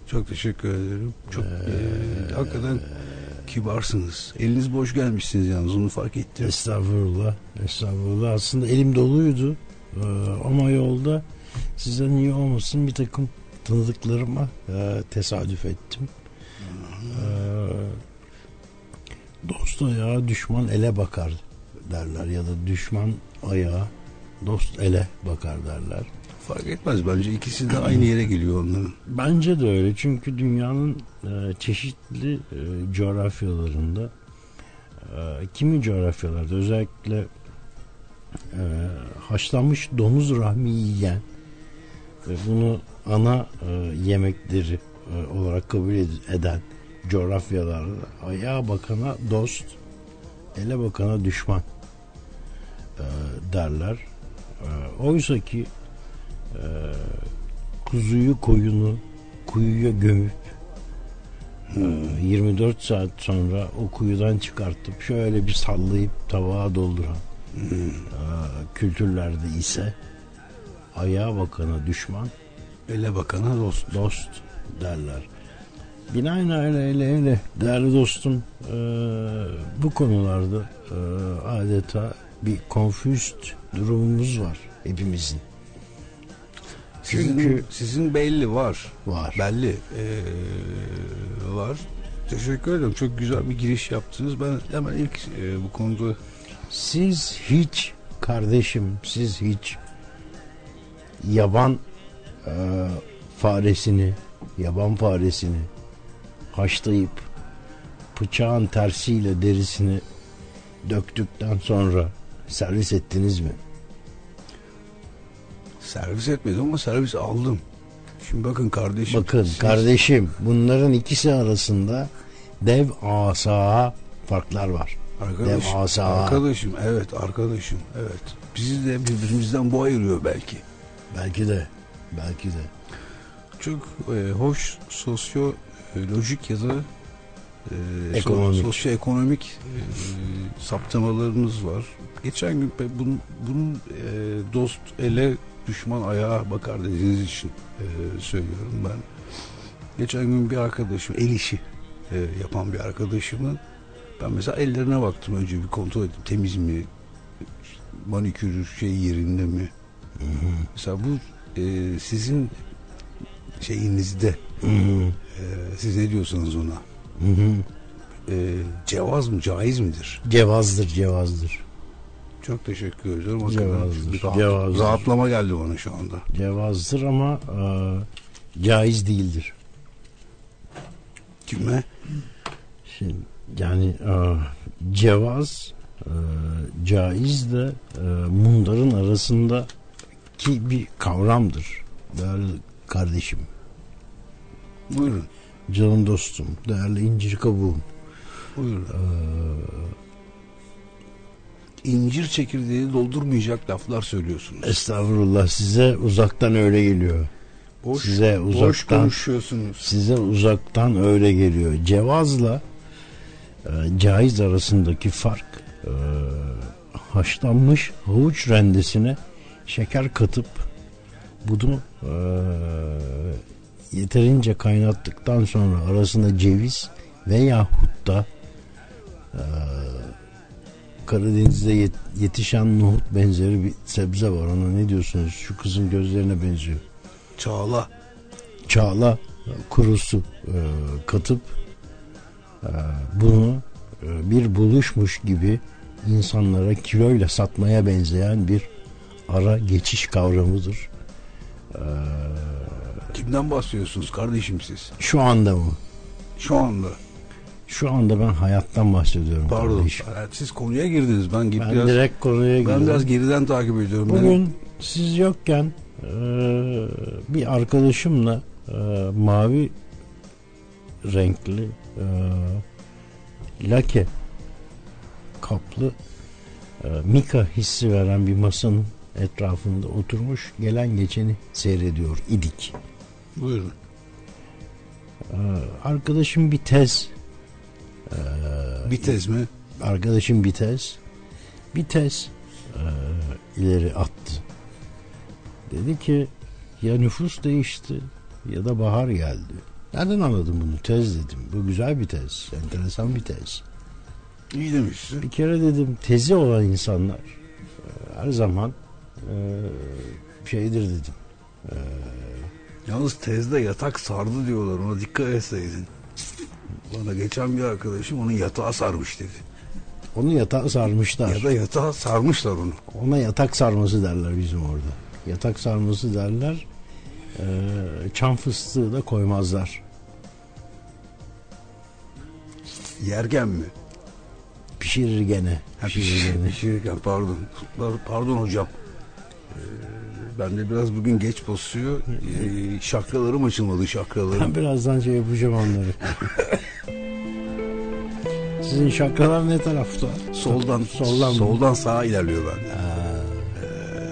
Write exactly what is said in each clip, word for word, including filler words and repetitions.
Çok teşekkür ederim. Çok ee, e, hakikaten kibarsınız. Eliniz boş gelmişsiniz yalnız, onu fark ettim. Estağfurullah. Estağfurullah. Aslında elim doluydu. Ee, ama yolda size niye olmasın bir takım tanıdıklarıma e, tesadüf ettim. Ee, dost ayağa düşman ele bakar derler ya da düşman ayağa dost ele bakar derler. Fark etmez, bence ikisi de aynı yere geliyor onların. Bence de öyle, çünkü dünyanın e, çeşitli e, coğrafyalarında e, kimi coğrafyalarda özellikle e, haşlanmış domuz rahmi yiyen ve bunu ana e, yemekleri e, olarak kabul ed- eden coğrafyalarda ayağa bakana dost, ele bakana düşman e, derler. E, oysa ki e, kuzuyu koyunu kuyuya gömüp hmm. yirmi dört saat sonra o kuyudan çıkartıp şöyle bir sallayıp tabağa dolduran hmm. kültürlerde ise ayağa bakana düşman, ele bakana dost dost derler. Binaenaleyh öyle öyle değerli dostum, e, bu konularda e, adeta bir confused durumumuz var hepimizin. Sizin, Çünkü sizin belli var. Var. Belli ee, var. Teşekkür ederim. Çok güzel bir giriş yaptınız. Ben hemen ilk e, bu konuda... Siz hiç kardeşim, siz hiç yaban e, faresini, yaban faresini haşlayıp bıçağın tersiyle derisini döktükten sonra servis ettiniz mi? Servis etmedim ama servis aldım. Şimdi bakın kardeşim. Bakın siz... kardeşim, bunların ikisi arasında dev asa farklar var. Arkadaşım, dev asa. Arkadaşım, evet arkadaşım, evet. Bizi de birbirimizden bu ayırıyor belki. Belki de, belki de. Çok e, hoş sosyolojik ya da e, ekonomik. sosyoekonomik e, saptamalarınız var. Geçen gün bunun, bunun e, dost ele düşman ayağa bakar dediğiniz için e, söylüyorum ben. Geçen gün bir arkadaşım, el işi e, yapan bir arkadaşımın, ben mesela ellerine baktım, önce bir kontrol ettim, temiz mi, manikür şey yerinde mi? Hı hı. Mesela bu e, sizin şeyinizde, hı hı. E, siz ne diyorsanız ona, hı hı. E, cevaz mı, caiz midir? Cevazdır, cevazdır. Çok teşekkür ederim. Cevazdır. Rahat, Cevazdır. Rahatlama geldi bana şu anda. Cevazdır ama e, caiz değildir. Kime? Şimdi, yani e, cevaz e, caiz de e, mundarın arasında ki bir kavramdır. Değerli kardeşim. Buyurun. Canım dostum, değerli incir kabuğum. Buyurun. Ee, incir çekirdeği doldurmayacak laflar söylüyorsunuz. Estağfurullah, size uzaktan öyle geliyor. Boş, size uzaktan boş konuşuyorsunuz. Size uzaktan öyle geliyor. Cevazla e, caiz arasındaki fark, e, haşlanmış havuç rendesine şeker katıp bunu e, yeterince kaynattıktan sonra arasında ceviz veyahut da e, Karadeniz'de yetişen nohut benzeri bir sebze var. Ona ne diyorsunuz? Şu kızın gözlerine benziyor. Çağla. Çağla kurusu e, katıp e, bunu e, bir buluşmuş gibi insanlara kiloyla satmaya benzeyen bir ara geçiş kavramıdır. E, Kimden bahsediyorsunuz kardeşim siz? Şu anda mı? Şu anda. Şu anda ben hayattan bahsediyorum. Pardon. Kardeşim. Evet, siz konuya girdiniz. Ben, ben biraz, direkt konuya girdim. Ben biraz geriden takip ediyorum. Bugün Benim... siz yokken e, bir arkadaşımla e, mavi renkli e, lake kaplı e, mika hissi veren bir masanın etrafında oturmuş gelen geçeni seyrediyor idik. Buyurun. Ee, arkadaşım bir tez e, bir tez mi? Arkadaşım bir tez bir tez e, ileri attı. Dedi ki ya nüfus değişti ya da bahar geldi. Nereden anladın bunu? Tez dedim. Bu güzel bir tez. Enteresan bir tez. İyi demişsin. Bir kere dedim tezi olan insanlar her zaman e, şeydir dedim. E, Yalnız tezde yatak sardı diyorlar. Ona dikkat etseydin. Bana geçen bir arkadaşım onun yatağı sarmış dedi. Onu yatağa sarmışlar. Ya da yatağı sarmışlar onu. Ona yatak sarması derler bizim orada. Yatak sarması derler. E, çam fıstığı da koymazlar. Yergen mi? Pişirir gene. Ha, Pişirir gene. pişirirken pardon. Pardon hocam. Ee, ben de biraz bugün geç basıyor. Ee, şakralarım açılmadı şakralarım. Ben birazdan şey yapacağım onları. Sizin şakralar ne tarafta? Soldan soldan, soldan sağa ilerliyor bende. Ee,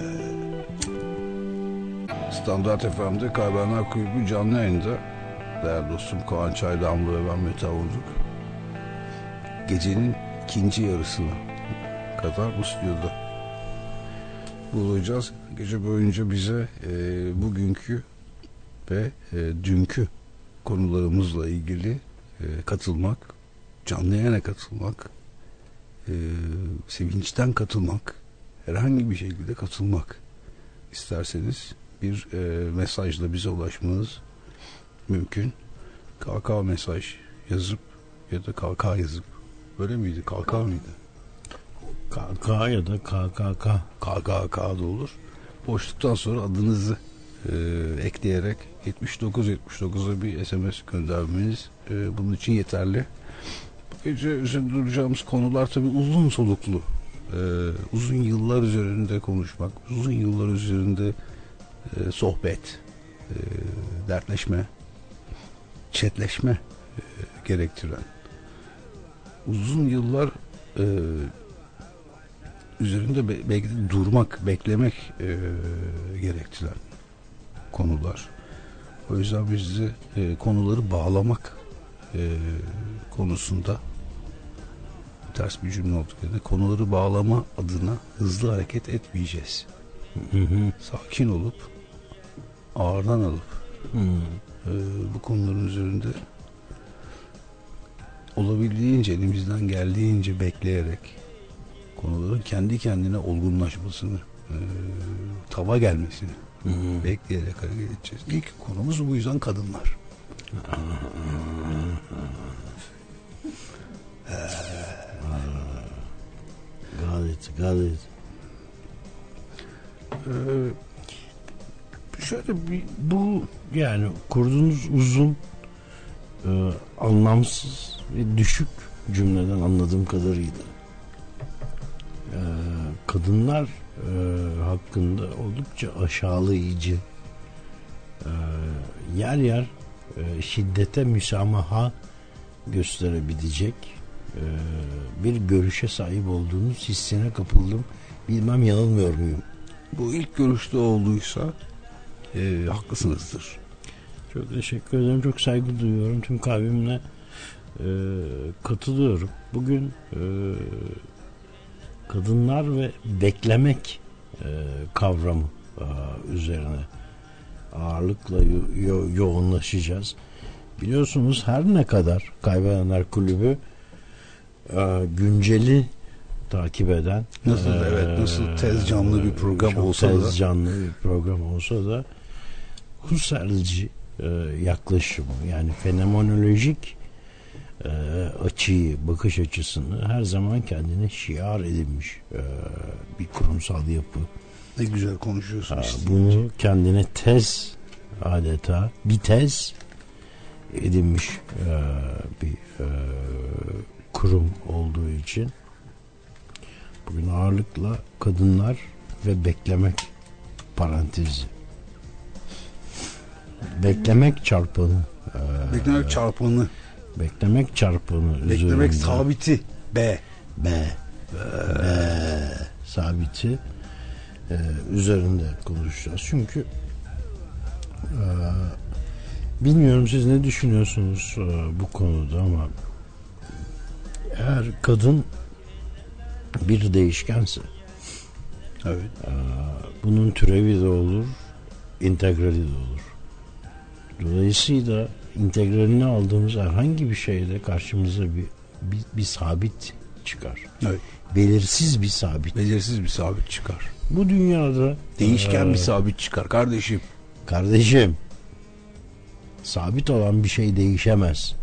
Standart F M'de Kaybedenler Kulübü canlı yayında. Değerli dostum Kaan Çaydamlı ve ben Mete Avunduk. Gecenin ikinci yarısına kadar bu stüdyoda bulacağız. Gece boyunca bize e, bugünkü ve e, dünkü konularımızla ilgili e, katılmak, canlı yayına katılmak, e, sevinçten katılmak, herhangi bir şekilde katılmak isterseniz bir e, mesajla bize ulaşmanız mümkün. K K mesaj yazıp ya da K K yazıp, böyle miydi? K K mıydı? K K ya da K K K. K K K da olur. Boşluktan sonra adınızı e, ekleyerek yetmiş dokuz yetmiş dokuza bir S M S göndermeniz e, bunun için yeterli. Bu gece üzerinde duracağımız konular tabii uzun soluklu. E, uzun yıllar üzerinde konuşmak, uzun yıllar üzerinde e, sohbet, e, dertleşme, chatleşme e, gerektiren, uzun yıllar e, üzerinde be- belki de durmak, beklemek e, gerektiren konular. O yüzden biz de e, konuları bağlamak e, konusunda, ters bir cümle olduk yani, konuları bağlama adına hızlı hareket etmeyeceğiz. Hı hı. Sakin olup ağırdan alıp Hı. e, bu konuların üzerinde olabildiğince, elimizden geldiğince bekleyerek konuların kendi kendine olgunlaşmasını, e, tava gelmesini Hı hı. bekleyerek hareket edeceğiz. İlk konumuz bu yüzden kadınlar. Gayet, gayet. Ee, şöyle bir, bu Yani kurduğunuz uzun, e, anlamsız ve düşük cümleden anladığım kadarıyla e, kadınlar e, hakkında oldukça aşağılayıcı, e, yer yer e, şiddete müsamaha gösterebilecek e, bir görüşe sahip olduğunuz hissine kapıldım. Bilmem yanılmıyor muyum? bu ilk görüşte olduysa e, haklısınızdır. Çok teşekkür ederim. Çok saygı duyuyorum. Tüm kalbimle e, katılıyorum. Bugün e, kadınlar ve beklemek e, kavramı e, üzerine ağırlıkla yo- yo- yoğunlaşacağız. Biliyorsunuz her ne kadar Kaybedenler Kulübü e, günceli takip eden, Nasıl e, evet nasıl tez canlı bir program çok olsa tez da canlı bir program olsa da Husserlci e, yaklaşımı, yani fenomenolojik e, açıyı, bakış açısını her zaman kendine şiar edinmiş e, bir kurumsal yapı. ne güzel konuşuyorsun E, işte. bunu kendine tez, adeta bir tez edinmiş e, bir e, kurum olduğu için bugün ağırlıkla kadınlar ve beklemek parantezi. Beklemek çarpanı. E, Beklemek çarpanı. beklemek çarpanı. Beklemek üzerinde sabiti. B. B. B. Sabiti e, üzerinde konuşacağız. Çünkü e, bilmiyorum siz ne düşünüyorsunuz e, bu konuda, ama eğer kadın bir değişkense, Evet. e, bunun türevi de olur, integrali de olur. Dolayısıyla integralini aldığımız herhangi bir şeyde karşımıza bir, bir, bir sabit çıkar. Evet. Belirsiz bir sabit. Belirsiz bir sabit çıkar. Bu dünyada Değişken ee, bir sabit çıkar kardeşim. Kardeşim, sabit olan bir şey değişemez.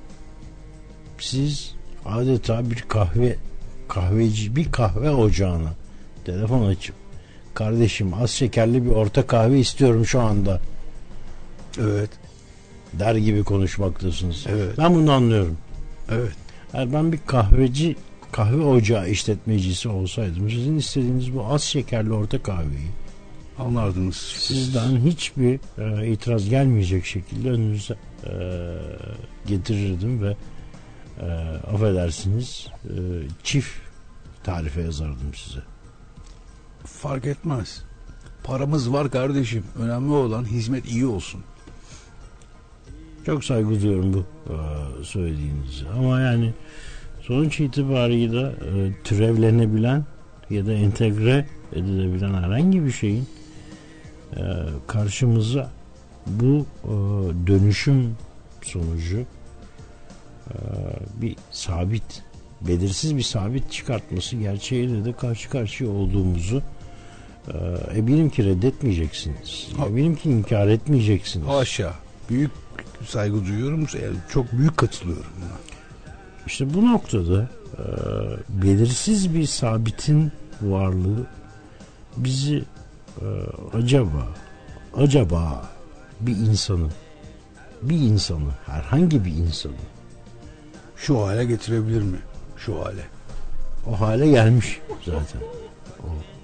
Siz adeta bir kahve kahveci bir kahve ocağına telefon açıp kardeşim az şekerli bir orta kahve istiyorum şu anda. Evet. Der gibi konuşmaktasınız. Evet. Ben bunu anlıyorum. Evet. Eğer ben bir kahveci kahve ocağı işletmecisi olsaydım sizin istediğiniz bu az şekerli orta kahveyi anlardınız. Sizden hiçbir e, itiraz gelmeyecek şekilde önünüze e, getirirdim ve e, affedersiniz e, çift tarife yazardım size. Fark etmez. Paramız var kardeşim. Önemli olan hizmet iyi olsun. Çok saygı duyuyorum bu e, söylediğinize. Ama yani sonuç itibarıyla e, türevlenebilen ya da entegre edilebilen herhangi bir şeyin e, karşımıza bu e, dönüşüm sonucu e, bir sabit, belirsiz bir sabit çıkartması gerçeğiyle de karşı karşıya olduğumuzu e, eminim ki reddetmeyeceksiniz. Ha. Eminim ki inkar etmeyeceksiniz. Haşa. Büyük saygı duyuyorum. Çok büyük katılıyorum buna. İşte bu noktada e, belirsiz bir sabitin varlığı bizi e, acaba acaba bir insanı bir insanı herhangi bir insanı şu hale getirebilir mi? Şu hale. O hale gelmiş zaten. O,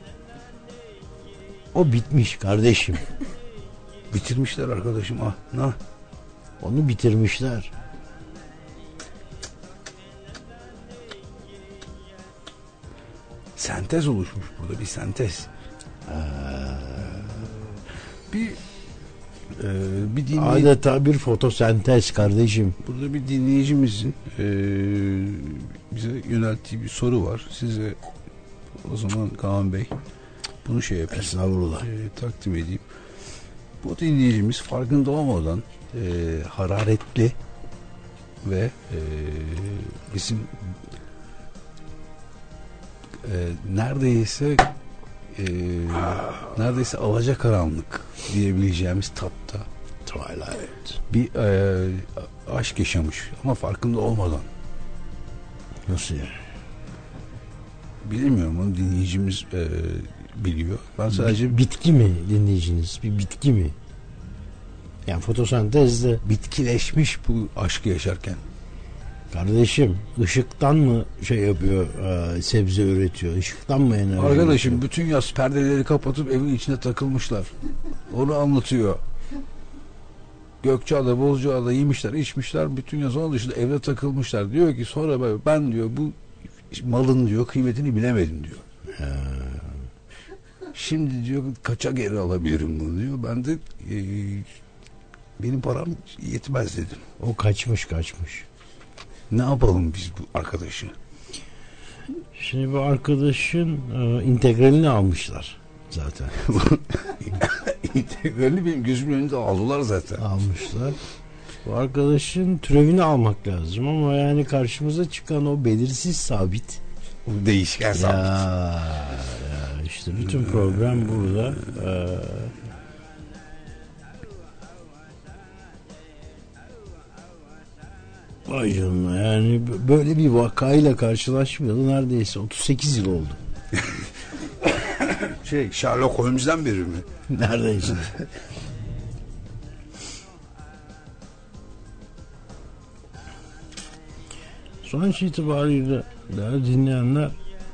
o bitmiş kardeşim. Bitirmişler arkadaşım. Ah, nah. Onu bitirmişler. Sentez oluşmuş burada, bir sentez. Ee, bir e, bir dinleyici, adeta bir fotosentez kardeşim. burada bir dinleyicimizin e, bize yönelttiği bir soru var. Size o zaman Kaan Bey bunu şey yapayım. Estağfurullah. E, takdim edeyim. Bu dinleyicimiz farkında olmadan e, hararetli ve e, bizim e, neredeyse e, neredeyse alacakaranlık diyebileceğimiz tatta Twilight. bir e, aşk yaşamış ama farkında olmadan. Nasıl yani? Bilmiyorum, onu dinleyicimiz e, biliyor. Ben sadece Bir bitki mi dinleyiciniz? Bir bitki mi? Yani fotosentezde bitkileşmiş bu aşkı yaşarken. kardeşim ışıktan mı şey yapıyor, e, sebze üretiyor? Işıktan mı enerji Arkadaşım üretiyor? bütün yaz perdeleri kapatıp evin içine takılmışlar. Onu anlatıyor. Gökçeada, Bozcaada yemişler, içmişler. Bütün yaz onun dışında evde takılmışlar. Diyor ki sonra ben diyor bu malın diyor kıymetini bilemedim diyor. He. Şimdi diyor kaça geri alabilirim bunu diyor. Ben de e, benim param yetmez dedim. O kaçmış kaçmış. Ne yapalım biz bu arkadaşı? Şimdi bu arkadaşın e, integralini almışlar zaten. İntegralini benim gözümün önünde aldılar zaten. Almışlar. Bu arkadaşın türevini almak lazım ama yani karşımıza çıkan o belirsiz sabit. Bu değişken Ya, sabit. ya işte bütün problem burada. Ee, Vay canına, yani böyle bir vakayla karşılaşmayalı neredeyse otuz sekiz yıl oldu. Şey Sherlock Holmes'den beri mi? Neredeyse. Sonuç itibariyle değerli dinleyenler,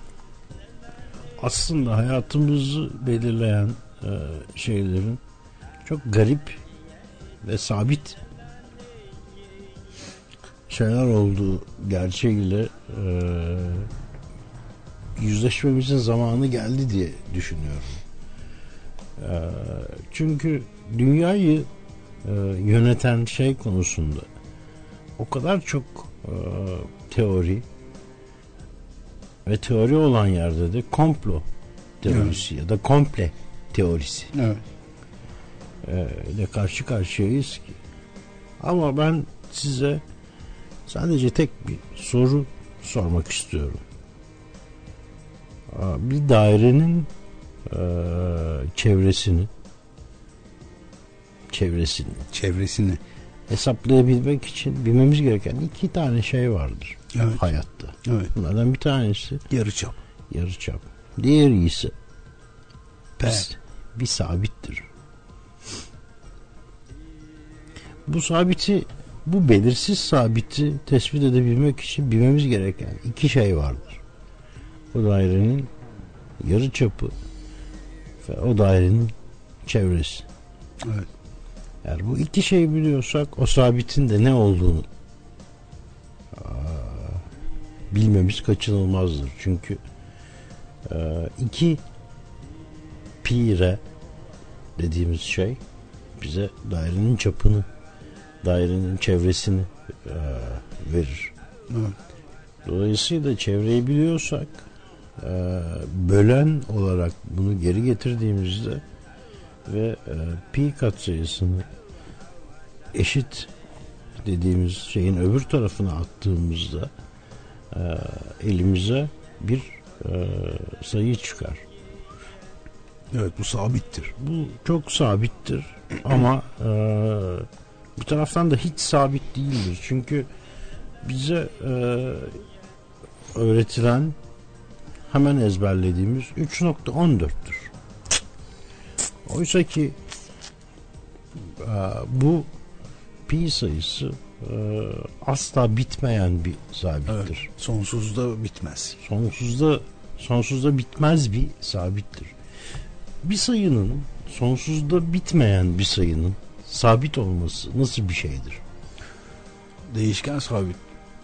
aslında hayatımızı belirleyen e, şeylerin çok garip ve sabit şeyler olduğu gerçeğiyle e, yüzleşmemizin zamanı geldi diye düşünüyorum. E, çünkü dünyayı e, yöneten şey konusunda o kadar çok e, teori ve teori olan yerde de komplo teorisi evet. ya da komple teorisi evet. e, ile karşı karşıyayız ki Ama ben size sadece tek bir soru sormak istiyorum. Bir dairenin e, çevresini çevresini çevresini hesaplayabilmek için bilmemiz gereken iki tane şey vardır, evet, hayatta. Evet. Bunlardan bir tanesi yarıçap. Yarıçap. Diğeri ise P. bir, bir sabittir. Bu sabiti, bu belirsiz sabiti tespit edebilmek için bilmemiz gereken iki şey vardır. O dairenin yarıçapı ve o dairenin çevresi. Evet. Eğer bu iki şeyi biliyorsak o sabitin de ne olduğunu aa, bilmemiz kaçınılmazdır. Çünkü e, iki pi r dediğimiz şey bize dairenin çapını, dairenin çevresini e, verir. Evet. Dolayısıyla çevreyi biliyorsak e, bölen olarak bunu geri getirdiğimizde ve e, pi katsayısını eşit dediğimiz şeyin öbür tarafına attığımızda e, elimize bir e, sayı çıkar. Evet, bu sabittir. Bu çok sabittir ama e, bir taraftan da hiç sabit değildir. Çünkü bize e, öğretilen, hemen ezberlediğimiz üç nokta on dörttür. Oysa ki e, bu pi sayısı e, asla bitmeyen bir sabittir. Evet, sonsuzda bitmez. Sonsuzda sonsuzda bitmez bir sabittir. Bir sayının, sonsuzda bitmeyen bir sayının sabit olması nasıl bir şeydir? Değişken sabit.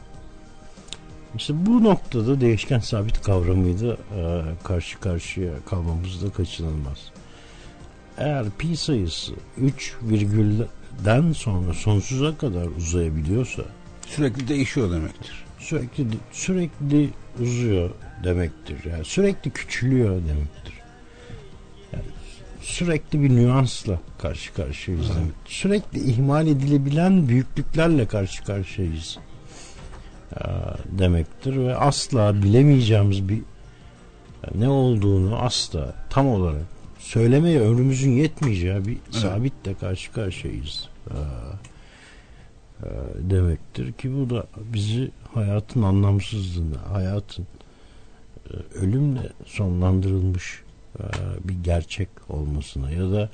İşte bu noktada değişken sabit kavramıyla e, karşı karşıya kalmamız da kaçınılmaz. Eğer pi sayısı üç virgülden sonra sonsuza kadar uzayabiliyorsa sürekli değişiyor demektir. Sürekli sürekli uzuyor demektir. Yani sürekli küçülüyor demektir. Yani sürekli bir nüansla karşı karşıyayız evet. demektir. Sürekli ihmal edilebilen büyüklüklerle karşı karşıyayız demektir ve asla bilemeyeceğimiz bir ne olduğunu asla tam olarak söylemeye ömrümüzün yetmeyeceği bir evet. sabitle karşı karşıyayız demektir ki bu da bizi hayatın anlamsızlığına, hayatın ölümle sonlandırılmış bir gerçek olmasına ya da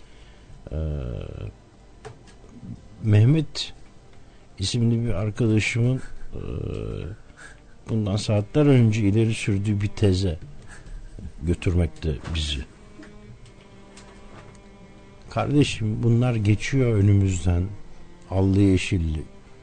Mehmet isimli bir arkadaşımın bundan saatler önce ileri sürdüğü bir teze götürmekte bizi. Kardeşim, bunlar geçiyor önümüzden, allı yeşilli.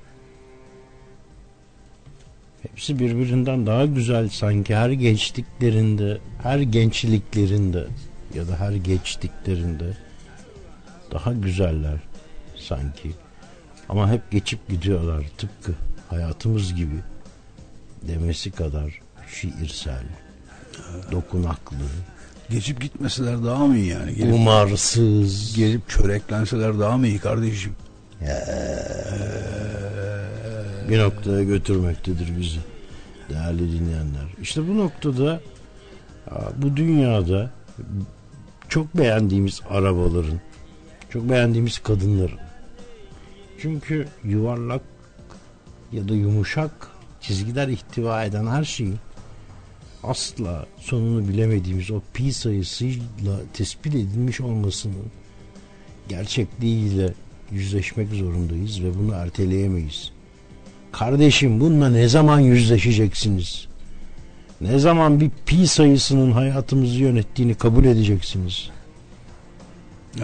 Hepsi birbirinden daha güzel sanki her geçtiklerinde, her gençliklerinde ya da her geçtiklerinde daha güzeller sanki. Ama hep geçip gidiyorlar, tıpkı hayatımız gibi demesi kadar şiirsel, dokunaklı. Geçip gitmeseler daha mı iyi yani? Gelip, umarsız. Gelip çöreklenseler daha mı iyi kardeşim? Bir noktaya götürmektedir bizi değerli dinleyenler. İşte bu noktada bu dünyada çok beğendiğimiz arabaların, çok beğendiğimiz kadınların, çünkü yuvarlak ya da yumuşak çizgiler ihtiva eden her şeyi asla sonunu bilemediğimiz o pi sayısıyla tespit edilmiş olmasının gerçekliğiyle yüzleşmek zorundayız ve bunu erteleyemeyiz. Kardeşim, bununla ne zaman yüzleşeceksiniz? Ne zaman bir pi sayısının hayatımızı yönettiğini kabul edeceksiniz? Ee,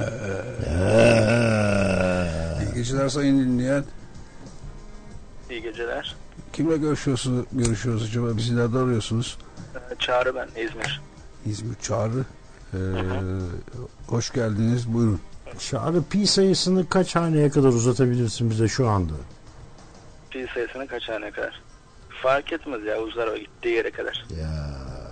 İyi geceler sayın dinleyen. İyi geceler. Kimle görüşüyorsunuz, görüşüyoruz acaba? Bizi nerede arıyorsunuz? Çağrı ben, İzmir. İzmir Çağrı. Ee, hoş geldiniz. Buyurun. Çağrı, pi sayısını kaç haneye kadar uzatabilirsin bize şu anda? Pi sayısını kaç haneye kadar? Fark etmez ya, uzar o gittiği yere kadar. Ya.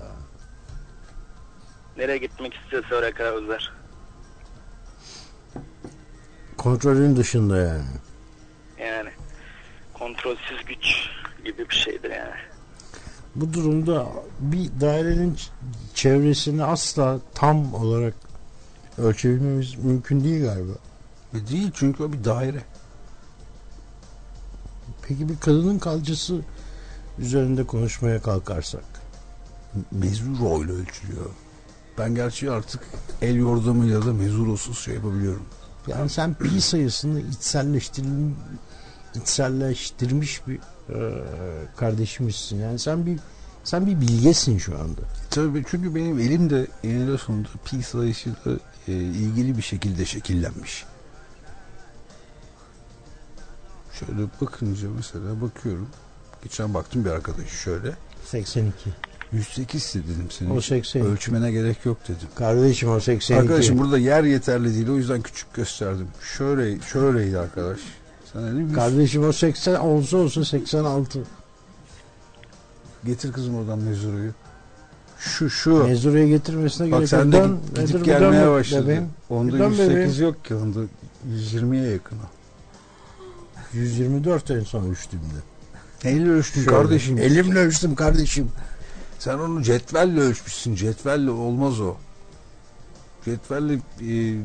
Nereye gitmek istiyorsa oraya kadar uzar. Kontrolün dışında yani. Yani kontrolsüz güç gibi bir şeydir yani. Bu durumda bir dairenin çevresini asla tam olarak ölçebilmemiz mümkün değil galiba. E değil, çünkü o bir daire. Peki bir kadının kalçası üzerinde konuşmaya kalkarsak? Mezuro ile ölçülüyor. Ben gerçi artık el yordamıyla da mezurosuz şey yapabiliyorum. Yani sen pi sayısını içselleştirilmiş, içselleştirmiş bir e, kardeşimizsin. Yani sen bir sen bir bilgesin şu anda. Tabii, çünkü benim elim de eninde sonunda pi sayısıyla e, ilgili bir şekilde şekillenmiş. Şöyle bakınca mesela bakıyorum. Geçen baktım bir arkadaşı şöyle. seksen iki. yüz sekiz dedim senin. O seksen iki. Ölçmene gerek yok dedim. Kardeşim o seksen iki. Arkadaşım burada yer yeterli değil, o yüzden küçük gösterdim. Şöyle şöyleydi arkadaş. Sen öyle Kardeşim o seksen olsa olsa seksen altı. Getir kızım oradan mezuruyu. Şu şu. Mezuraya getirmesine Bak gerek sen yok. de Dön, gidip dön, gelmeye dön başladı. bebeğim. Onda Dön yüz sekiz bebeğim. yok ki, onda yüz yirmiye yakın o. yüz yirmi dört en son ölçtüğümde. Neyle ölçtün Şöyle. kardeşim? Elimle ölçtüm kardeşim. Sen onu cetvelle ölçmüşsün. Cetvelle olmaz o. Cetvelle e...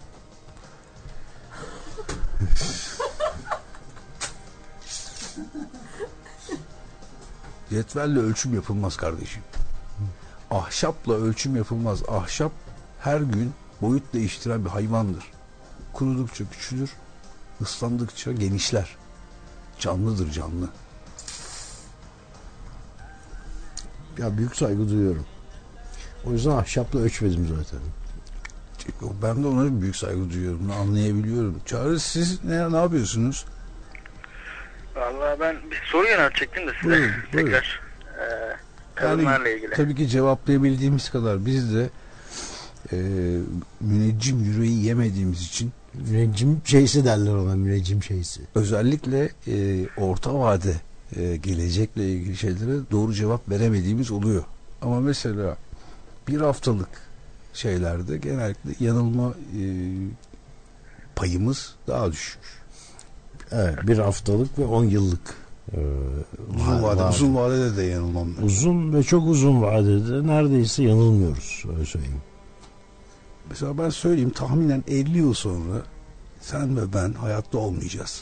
cetvelle ölçüm yapılmaz kardeşim. Ahşapla ölçüm yapılmaz. Ahşap her gün boyut değiştiren bir hayvandır. Kurudukça küçülür, ıslandıkça genişler. Canlıdır, canlı. Ya büyük saygı duyuyorum. O yüzden ahşapla ölçmedim zaten. Ben de ona büyük saygı duyuyorum. Bunu anlayabiliyorum. Çağrı, siz ne, ne yapıyorsunuz? Vallahi ben bir soru yöneltecektim de size. Buyurun, buyurun. Tekrar. Ee, kadınlarla ilgili. Tabii ki cevaplayabildiğimiz kadar. Biz de e, müneccim yüreği yemediğimiz için, Müneccim şeysi derler ona, müneccim şeysi. özellikle e, orta vade e, gelecekle ilgili şeylere doğru cevap veremediğimiz oluyor. Ama mesela bir haftalık şeylerde genellikle yanılma e, payımız daha düşük. Evet, bir haftalık ve on yıllık. E, Uzun vade, vade. uzun vadede de yanılmam ben. Uzun ve çok uzun vadede neredeyse yanılmıyoruz, öyle söyleyeyim. Mesela ben söyleyeyim, tahminen elli yıl sonra sen ve ben hayatta olmayacağız.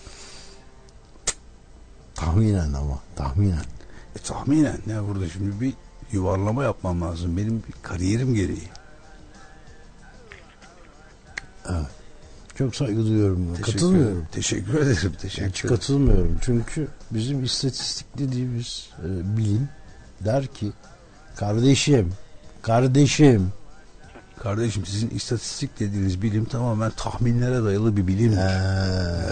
Tahminen ama, tahminen. E, tahminen ne, burada şimdi bir yuvarlama yapmam lazım. Benim kariyerim gereği. Evet. Çok saygı duyuyorum. Teşekkür Katılmıyorum. ederim. Teşekkür ederim. Teşekkür Hiç ederim. katılmıyorum. Çünkü bizim istatistik dediğimiz e, bilim der ki kardeşim, kardeşim. Kardeşim, sizin istatistik dediğiniz bilim tamamen tahminlere dayalı bir bilimdir. Ee,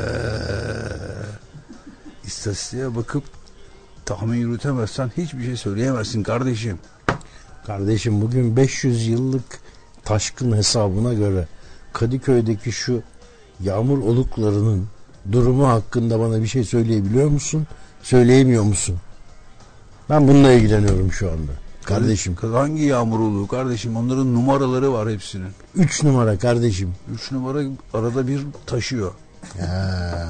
istatistiğe bakıp tahmin yürütemezsen hiçbir şey söyleyemezsin kardeşim. Kardeşim, bugün beş yüz yıllık taşkın hesabına göre Kadıköy'deki şu yağmur oluklarının durumu hakkında bana bir şey söyleyebiliyor musun? Söyleyemiyor musun? Ben bununla ilgileniyorum şu anda. Kardeşim. Hangi yağmur oluyor kardeşim? Onların numaraları var hepsinin. Üç numara kardeşim. Üç numara arada bir taşıyor. Ha.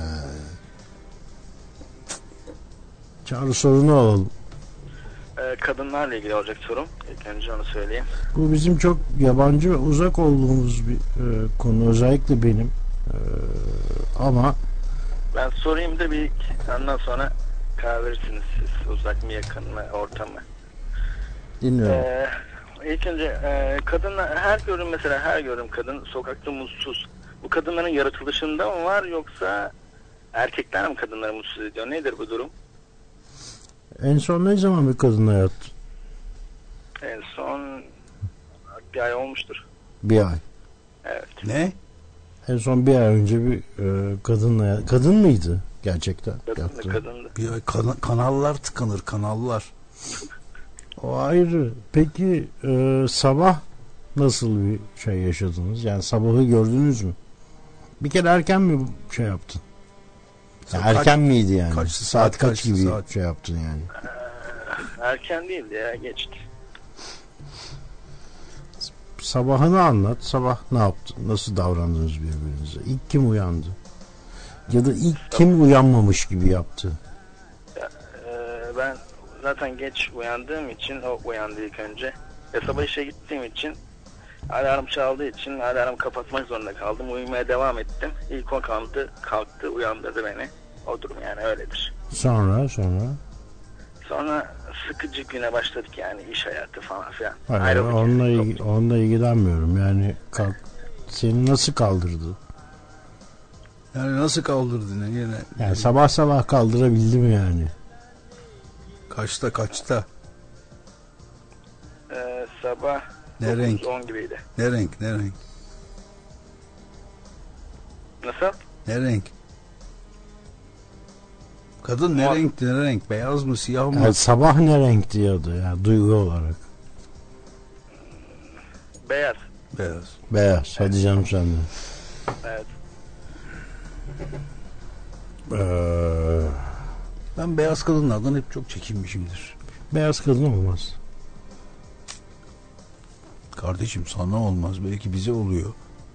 Çağrı, sorunu alalım. Ee, kadınlarla ilgili olacak sorum. İlk önce onu söyleyeyim. Bu bizim çok yabancı ve uzak olduğumuz bir e, konu. Özellikle benim. E, ama Ben sorayım da bir ondan sonra karar verirsiniz siz. Uzak mı, yakın mı, orta mı? dinliyorum. Ee, ilk önce e, kadınlar, her gördüğüm mesela her gördüğüm kadın sokakta mutsuz. Bu kadınların yaratılışında mı var, yoksa erkekler mi kadınları mutsuz ediyor? Nedir bu durum? En son ne zaman bir kadınla yattın? En son bir ay olmuştur. Bir ay. Evet. Ne? En son bir ay önce bir e, kadınla yat- kadın mıydı gerçekten? Kadındı, yattı? kadındı. Bir ay kana- kanallar tıkanır, kanallar. O ayrı. Peki e, sabah nasıl bir şey yaşadınız? Yani sabahı gördünüz mü? Bir kere erken mi şey yaptın? Ya Kaç- erken miydi yani? kaçtı, saat, saat kaç kaçtı, gibi saat? şey yaptın yani? Erken değildi ya, geçti. Sabahını anlat. Sabah ne yaptın? Nasıl davrandınız birbirinize? İlk kim uyandı? Ya da ilk kim uyanmamış gibi yaptı? Ya, e, ben zaten geç uyandığım için o uyandı ilk önce. Ve sabah işe gittiğim için alarm çaldığı için alarmı kapatmak zorunda kaldım. Uyumaya devam ettim. İlk o kalktı, kalktı uyandırdı beni. O durum yani öyledir. Sonra sonra? Sonra sıkıcı güne başladık yani iş hayatı falan filan. Hayır, Ayrıldık onunla, yani. ilgi, onunla ilgilenmiyorum. Yani kalk, seni nasıl kaldırdı? Yani nasıl kaldırdın ya yine? Yani sabah sabah kaldırabildi mi yani? Kaçta kaçta? Ee, sabah Ne renk? dokuz on gibiydi. Ne renk ne renk? Nasıl? Ne renk? Kadın ne Mor. renkti ne renk? Beyaz mı siyah mı? Yani sabah ne renk diyordu ya duygu olarak? Beyaz. Beyaz. Beyaz. Hadi canım sen de. Evet. Ee, Ben beyaz kadınlardan hep çok çekinmişimdir. beyaz kadın olmaz. Kardeşim sana olmaz. Belki bize oluyor.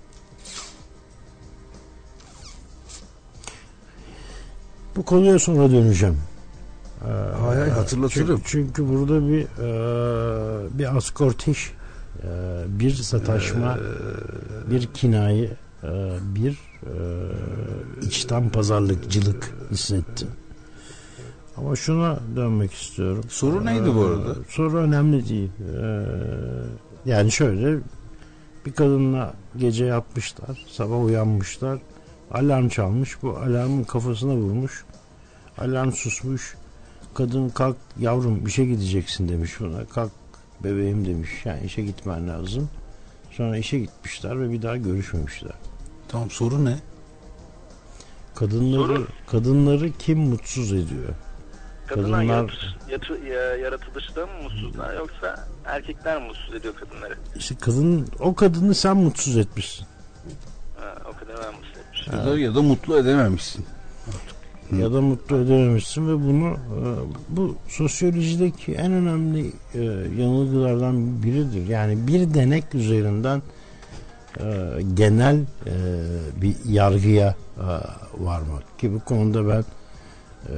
Bu konuya sonra döneceğim. Ee, Hay hay, hatırlatırım. Çünkü, çünkü burada bir e, bir askortiş, e, bir sataşma, Ee, bir kinaye, e, bir e, içten pazarlıkçılık hissettim. Ama şuna dönmek istiyorum. Soru neydi bu arada? Ee, soru önemli değil. Ee, yani şöyle, bir kadınla gece yatmışlar, sabah uyanmışlar, alarm çalmış, bu alarmın kafasına vurmuş, alarm susmuş, kadın kalk yavrum işe gideceksin demiş buna, kalk bebeğim demiş, yani işe gitmen lazım. Sonra işe gitmişler ve bir daha görüşmemişler. Tamam, soru ne? Kadınları Soru? kadınları kim mutsuz ediyor? Kadınlar, Kadınlar- yaratı- yatı- ya- yaratılışta mı mutsuzlar yoksa erkekler mi mutsuz ediyor kadınları? İşte kadın, o kadını sen mutsuz etmişsin. Ha, o kadar ben mutsuz etmişim. Ya da, ya da mutlu edememişsin. Hı. Ya da mutlu edememişsin ve bunu e, bu sosyolojideki en önemli e, yanılgılardan biridir. Yani bir denek üzerinden e, genel e, bir yargıya e, varmak ki bu konuda ben e,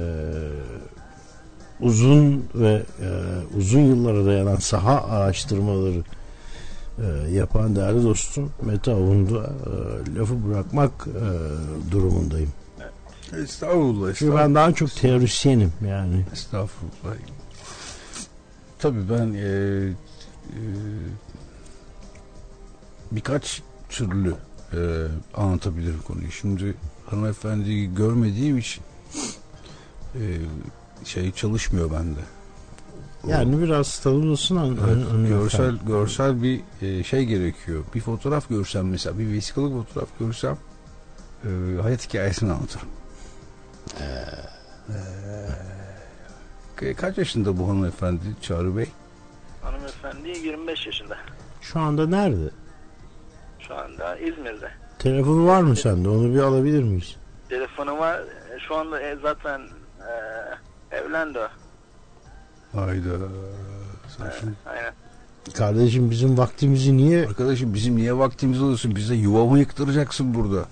uzun ve e, uzun yıllara dayanan saha araştırmaları e, yapan değerli dostum Mete Avund'a e, lafı bırakmak e, durumundayım. Estağfurullah. Çünkü estağfurullah. ben daha çok teorisyenim yani. Estağfurullah. Tabii ben e, e, birkaç türlü e, anlatabilirim konuyu. Şimdi hanımefendiyi görmediğim için e, şey çalışmıyor bende. Yani biraz tanımlasın an, Evet, an- görsel hanımefendi. görsel bir e, şey gerekiyor. Bir fotoğraf görsem mesela, bir vesikalık fotoğraf görsem e, hayat hikayesini anlatırım. Ee, kaç yaşında bu hanımefendi Çağrı Bey? Hanımefendi yirmi beş yaşında. Şu anda nerede? Şu anda İzmir'de. Telefonu var mı sende? Onu bir alabilir miyiz? Telefonu var. E, Şu anda e, zaten e, evlendi o. Hayda. Sen E, şimdi... aynen. Kardeşim bizim vaktimizi niye... Arkadaşım bizim niye vaktimiz alıyorsun? Bize yuvamı yıktıracaksın burada.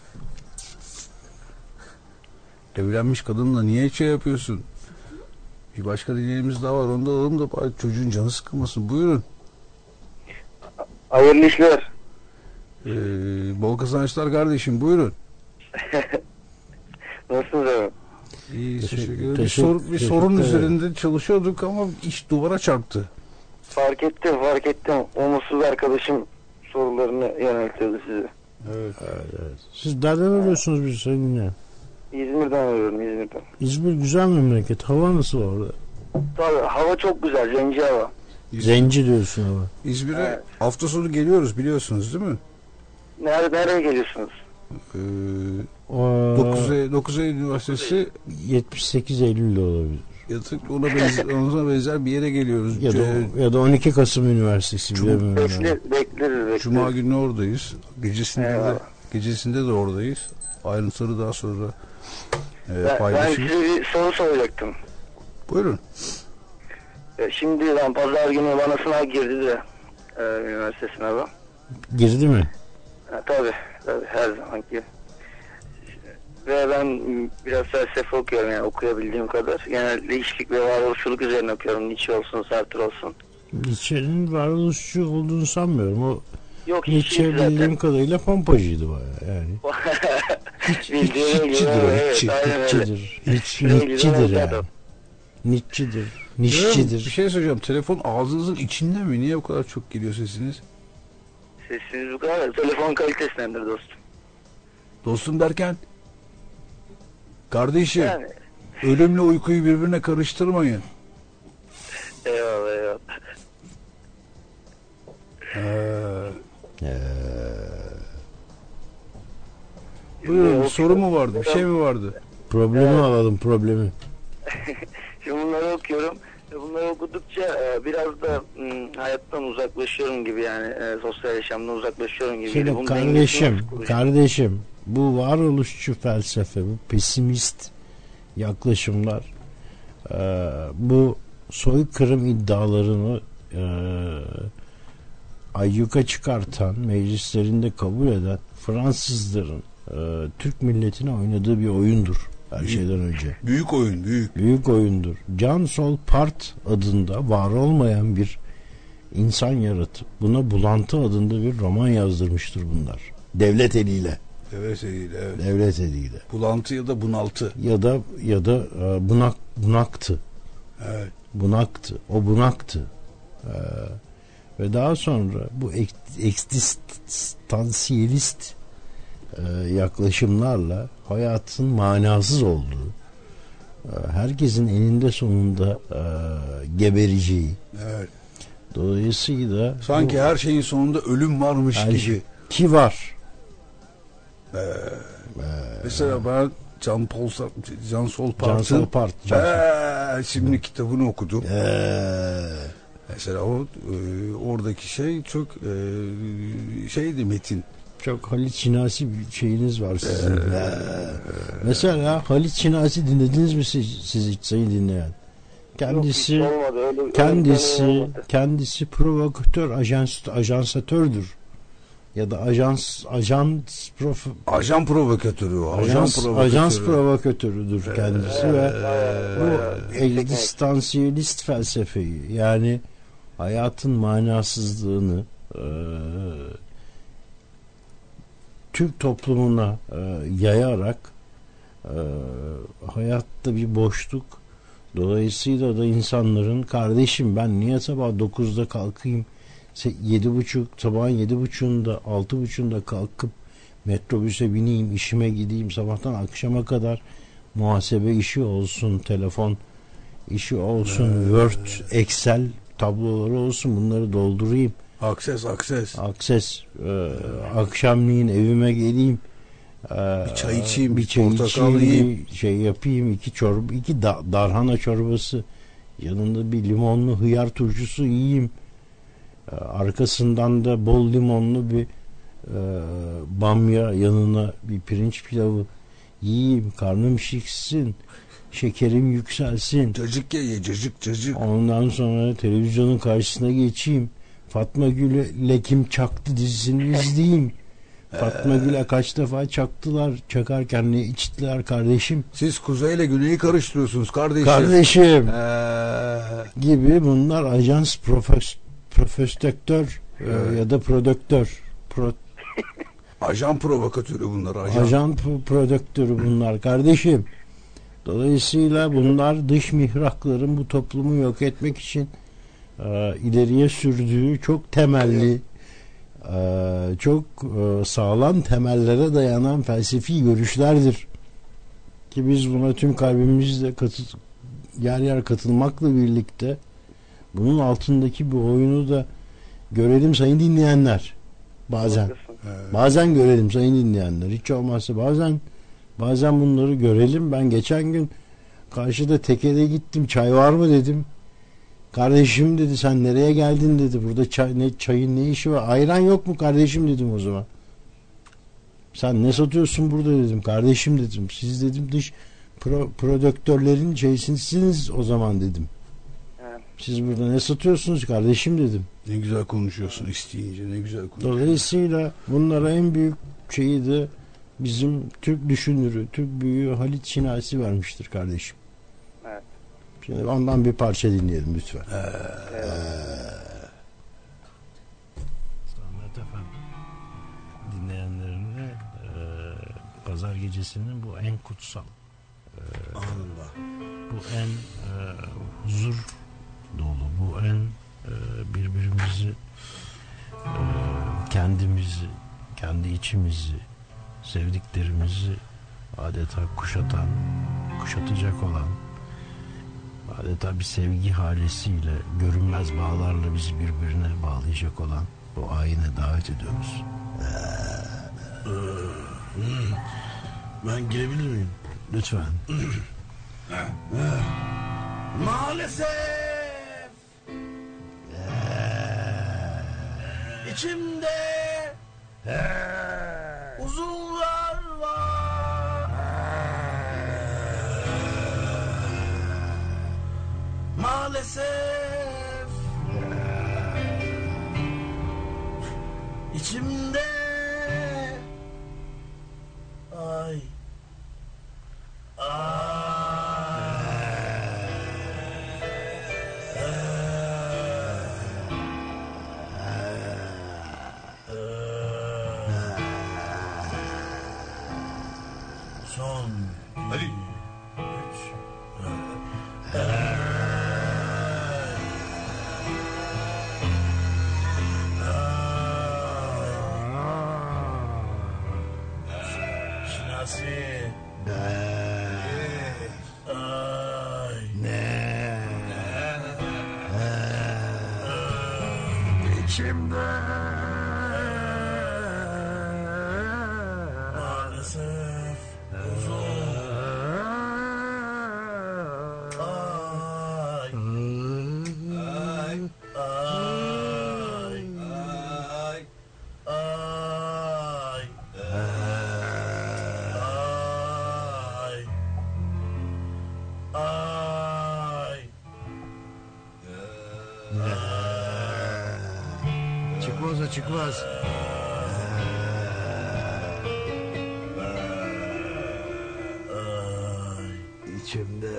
Evlenmiş kadınla niye şey yapıyorsun? Bir başka dinleyicimiz daha var. Onu da alalım da bari çocuğun canı sıkılmasın. Buyurun. Hayırlı işler. Ee, bol kazançlar kardeşim. Buyurun. Nasılsınız abi? İyi, Teşekkür- teşekkür ederim. Bir, teşekkür- sor- bir teşekkür sorun ederim. üzerinde çalışıyorduk ama iş duvara çarptı. Fark ettim fark ettim. O mutsuz arkadaşım sorularını yöneltiyordu size. Evet. Evet, evet. Siz nereden arıyorsunuz bizi seninle? İzmir'den arıyorum İzmir'den. İzmir güzel memleket. Hava nasıl orada? Tabii hava çok güzel. Zenci hava. Zenci diyorsun ama. İzmir'e Evet. hafta sonu geliyoruz biliyorsunuz değil mi? Nerede, nereye geliyorsunuz? Ee, O, dokuz Eylül, dokuz Eylül Üniversitesi yetmiş sekiz Eylül'de olabilir. yatık ona benzer, ona benzer bir yere geliyoruz. Ya da, Ce- ya da on iki Kasım Üniversitesi Cum- bilemiyorum. yani. Bekle, bekleriz bekleriz. Cuma günü oradayız. Gecesinde de, Eyvallah. gecesinde de oradayız. Ayrıntıları daha sonra e, Ben, ben paylaşırız. size bir soru soracaktım. Buyurun. E, Şimdi ben pazar günü bana sınav girdi de e, üniversite sınavı. Girdi mi? Ha, tabii, tabii her zamanki. Ve ben biraz felsefe okuyorum, yani okuyabildiğim kadar. Genelde işlik ve varoluşçuluk üzerine okuyorum. Nietzsche olsun, Sartre olsun. Nietzsche'nin varoluşçu olduğunu sanmıyorum. O Yok, Nietzsche zaten. bildiğim kadarıyla pompacıydı bayağı yani. Bildiğim gibi, evet, aynen öyle. Nietzsche'dir. Nietzsche'dir yani. Nietzsche'dir. Nietzsche'dir. Bir şey söyleyeceğim. Telefon ağzınızın içinde mi? Niye bu kadar çok geliyor sesiniz? Sesiniz bu kadar. Telefon kalitesindendir dostum. Dostum derken? Kardeşim. Yani. Ölümle uykuyu birbirine karıştırmayın. Eyvallah eyvallah. Ee, Ee, buyurun, bir soru mu vardı? Bir şey mi vardı? problemi Evet. alalım, problemi. Şimdi bunları okuyorum. Bunları okudukça e, biraz da m, hayattan uzaklaşıyorum gibi, yani e, sosyal yaşamdan uzaklaşıyorum gibi. Şimdi Bunun kardeşim, dengesini nasıl kuracağım? kardeşim bu varoluşçu felsefe, bu pesimist yaklaşımlar, e, bu soykırım iddialarını e, ayyuka çıkartan, meclislerinde kabul eden Fransızların e, Türk milletine oynadığı bir oyundur her şeyden önce. Büyük oyun, büyük. Büyük oyundur. Jean Sol Part adında var olmayan bir insan yaratıp buna Bulantı adında bir roman yazdırmıştır bunlar. Devlet eliyle. Evet, evet. Devlet eliyle. Bulantı ya da bunaltı. Ya da ya da e, bunak bunaktı. Evet. Bunaktı. O bunaktı. E, ve daha sonra bu eksistansiyelist e, yaklaşımlarla hayatın manasız olduğu, e, herkesin eninde sonunda e, gebereceği. Evet. Dolayısıyla Sanki bu, her şeyin sonunda ölüm varmış her gibi. şey, ki var. Ee, mesela ben Jean Paul Sartre, Jean Sol Jean Parte'ın Sol Part. Jean Sol- ee, şimdi kitabını okudum. Ee, Mesela o e, oradaki şey çok e, şeydi, metin. çok Halit Şinasi bir şeyiniz var sizin. Ee, mesela Halit Şinasi dinlediniz mi siz, siz hiç sayın dinleyen? Kendisi Yok, hiç olmadı, öyle- öyle kendisi bir şey olmadı. kendisi provokatör, ajans ajansatördür. Ya da ajans ajans prof, Ajan provokatörü o. Ajan ajans, provokatörü. ajans provokatörüdür kendisi Ee, ve ee, bu egzistansiyelist felsefeyi, yani hayatın manasızlığını e, Türk toplumuna e, yayarak e, hayatta bir boşluk, dolayısıyla da insanların, kardeşim ben niye sabah dokuzda kalkayım, yedi buçuk sabahın yedi buçuğunda altı buçuğunda kalkıp metrobüse bineyim, işime gideyim, sabahtan akşama kadar muhasebe işi olsun, telefon işi olsun, Ee, Word, Excel tabloları olsun, bunları doldurayım, Akses, akses. akses, e, akşamleyin evime geleyim, e, Bir çay içeyim, bir bir çay portakal içeyim, yiyeyim. bir şey yapayım, iki çorba, iki da, darhana çorbası, yanında bir limonlu hıyar turşusu yiyeyim, e, arkasından da bol limonlu bir e, bamya, yanına bir pirinç pilavı yiyeyim, karnım şişsin, şekerim yükselsin. Cacık ye, ye cacık cacık. Ondan sonra televizyonun karşısına geçeyim. Fatma Gül'le Kim Çaktı dizisini izleyeyim. Fatma Gül'e kaç defa çaktılar. Çakarken ne içtiler kardeşim? Siz kuzeyle güneyi karıştırıyorsunuz kardeşim. Kardeşim Ee, gibi bunlar ajans profes, profestöktör Evet. e, ya da prodüktör. Pro, ajan provokatörü bunlar. Ajan. ajan pro- prodüktörü bunlar kardeşim. Dolayısıyla bunlar dış mihrakların bu toplumu yok etmek için e, ileriye sürdüğü çok temelli, e, çok e, sağlam temellere dayanan felsefi görüşlerdir. Ki biz buna tüm kalbimizle katı, yer yer katılmakla birlikte bunun altındaki bu oyunu da görelim sayın dinleyenler. Bazen. Ee, Bazen görelim sayın dinleyenler. Hiç olmazsa bazen bazen bunları görelim. Ben geçen gün karşıda tekede gittim. Çay var mı dedim. Kardeşim dedi, sen nereye geldin dedi. Burada çay, ne, çayın ne işi var? Ayran yok mu kardeşim dedim o zaman. Sen ne satıyorsun burada dedim. Kardeşim dedim. Siz dedim dış pro, prodüktörlerin şeysiniz o zaman dedim. Evet. Siz burada ne satıyorsunuz kardeşim dedim. ne güzel konuşuyorsun isteyince, ne güzel konuşuyorsun. Dolayısıyla bunlara en büyük şeyi de bizim Türk düşünürü, Türk büyüğü Halit Şinasi vermiştir kardeşim. Evet. Şimdi ondan bir parça dinleyelim lütfen. Evet. Sanat efendim. Dinleyenlerine e, pazar gecesinin bu en kutsal e, Anında. bu en e, huzur dolu, bu en e, birbirimizi e, kendimizi, kendi içimizi, sevdiklerimizi adeta kuşatan, kuşatacak olan, adeta bir sevgi halesiyle, görünmez bağlarla bizi birbirine bağlayacak olan bu ayine davet ediyoruz. Ben girebilir miyim? Lütfen. Maalesef içimde uzunlar var. Maalesef içimde ay son Hadi. üç Şinasi ay İçimde maalesef uzun ay ay ay ay ay ay çıkmaz o çıkmaz. İçimde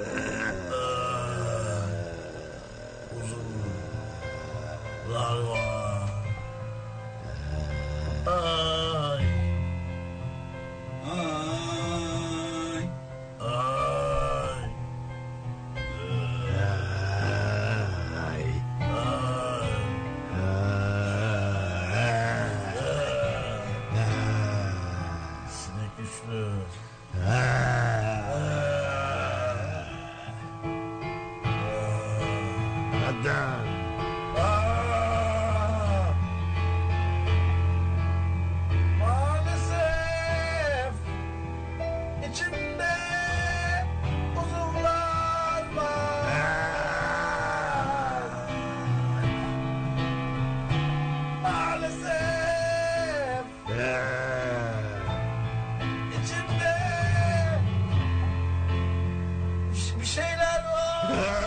uzunlar var. Ay ay ay sinek güçlü. Adam. Aa! Maalesef içimde uzunlar var. Maalesef içimde bir şeyler var.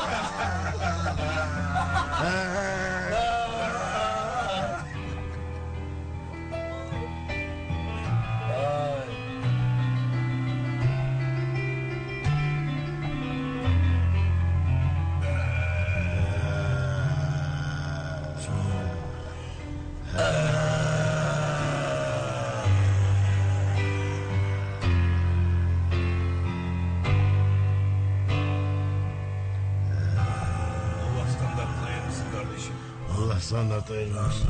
Allah standartına ayırmasın kardeşim. Allah standart ayırmasın.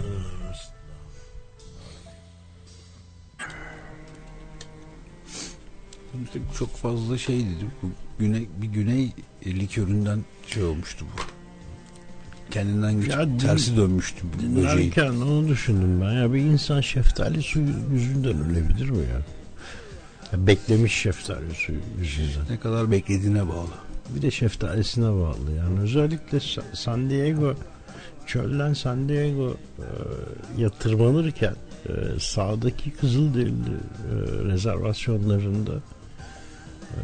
İşte çok fazla şey dedim. Bu güney, bir güney liköründen şey olmuştu bu. Kendinden geçip Ya din- tersi dönmüştü bu böceğin. Dinlerken onu düşündüm ben. Ya bir insan şeftali suyu yüzünden ölebilir mi ya? Ya beklemiş şeftali suyu yüzünden. Ne kadar beklediğine bağlı. Bir de şeftalisine bağlı. Yani özellikle Sa- San Diego, çölden San Diego e, ya tırmanırken e, sağdaki Kızılderili e, rezervasyonlarında e,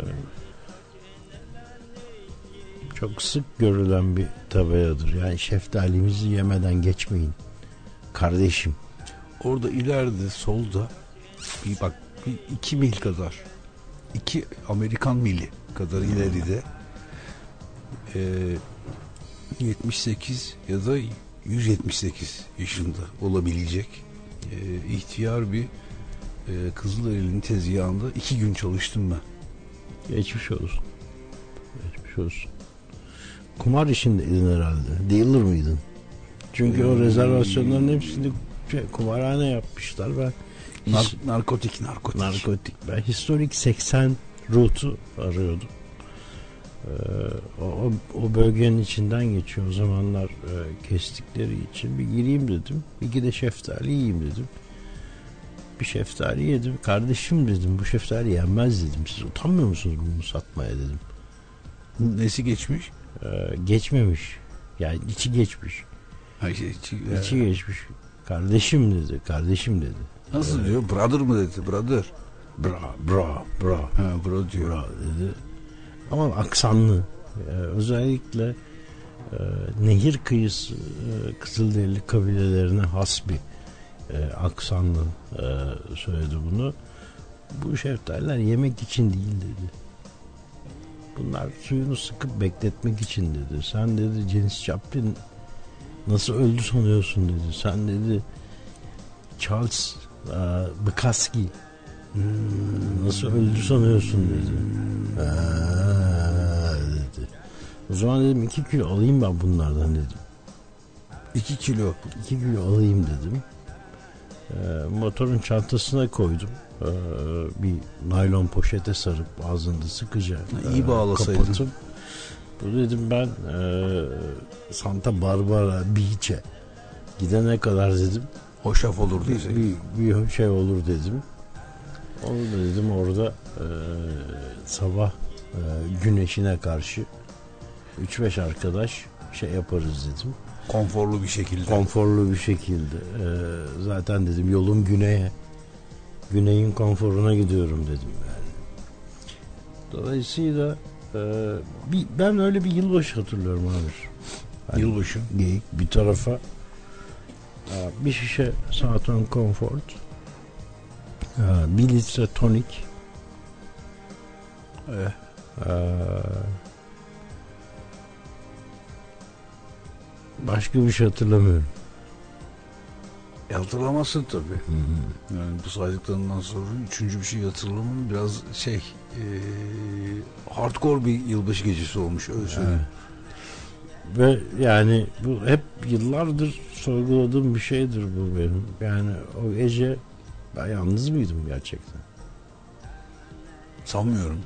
çok sık görülen bir tabeladır. Yani şeftalimizi yemeden geçmeyin kardeşim. Orada ileride solda bir bak bir iki mil kadar, iki Amerikan mili kadar ileride e, yetmiş sekiz ya da yüz yetmiş sekiz yaşında olabilecek e, ihtiyar bir e, Kızılderili'nin tezgahında iki gün çalıştım ben. Geçmiş olsun. Geçmiş olsun. Kumar işindeydin herhalde. Dealer mıydın? Çünkü o rezervasyonların hepsini şey, kumarhane yapmışlar. Ben Nar- narkotik, narkotik. narkotik. Ben historik seksen rutu arıyordum. Ee, o, o bölgenin içinden geçiyor. O zamanlar e, kestikleri için bir gireyim dedim. İki de şeftali yiyeyim dedim. Bir şeftali yedim. Kardeşim dedim, bu şeftali yenmez dedim. Siz utanmıyor musunuz bunu satmaya dedim. Nesi geçmiş? Ee, geçmemiş. Yani içi geçmiş. Ha, şey, içi, İçi geçmiş. Kardeşim dedi. Kardeşim dedi. Nasıl Evet. diyor? Brother mı dedi? Brother. Bra, bra, bra. Ha, bro diyor. Bra dedi. Ama aksanlı. Ee, özellikle e, nehir kıyısı e, Kızılderili kabilelerine has bir e, aksanlı e, söyledi bunu. Bu şeftaliler yemek için değil dedi. Bunlar suyunu sıkıp bekletmek için dedi. Sen dedi Janis Joplin nasıl öldü sanıyorsun dedi. Sen dedi Charles e, Bukowski hmm, nasıl öldü sanıyorsun dedi. Aa, dedi. O zaman dedim iki kilo alayım ben bunlardan dedim. İki kilo. iki kilo alayım dedim. E, motorun çantasına koydum. E, bir naylon poşete sarıp ağzında sıkıca İyi e, bağlasaydın. kapatıp bu dedim ben e, Santa Barbara Beach'e gidene kadar dedim Hoşaf olur bir, deseydin. bir, bir şey olur dedim. Onu da dedim orada e, sabah e, güneşine karşı üç beş arkadaş şey yaparız dedim. Konforlu bir şekilde. Konforlu bir şekilde. E, zaten dedim yolum güneye. Güneyin konforuna gidiyorum dedim yani. Dolayısıyla e, bir, ben öyle bir yılbaşı hatırlıyorum abi. Hani Yılbaşı. Geyik bir tarafa e, bir şişe Southern Comfort, e, bir litre tonik, Evet. e, başka bir şey hatırlamıyorum. E, hatırlamazsın tabii. Hı hı. Yani bu saydıklarından sonra üçüncü bir şey hatırlamam biraz şey e, hardcore bir yılbaşı gecesi olmuş öyle söyleyeyim. Ve yani bu hep yıllardır sorguladığım bir şeydir bu benim. Yani o gece ben yalnız mıydım gerçekten? Sanmıyorum.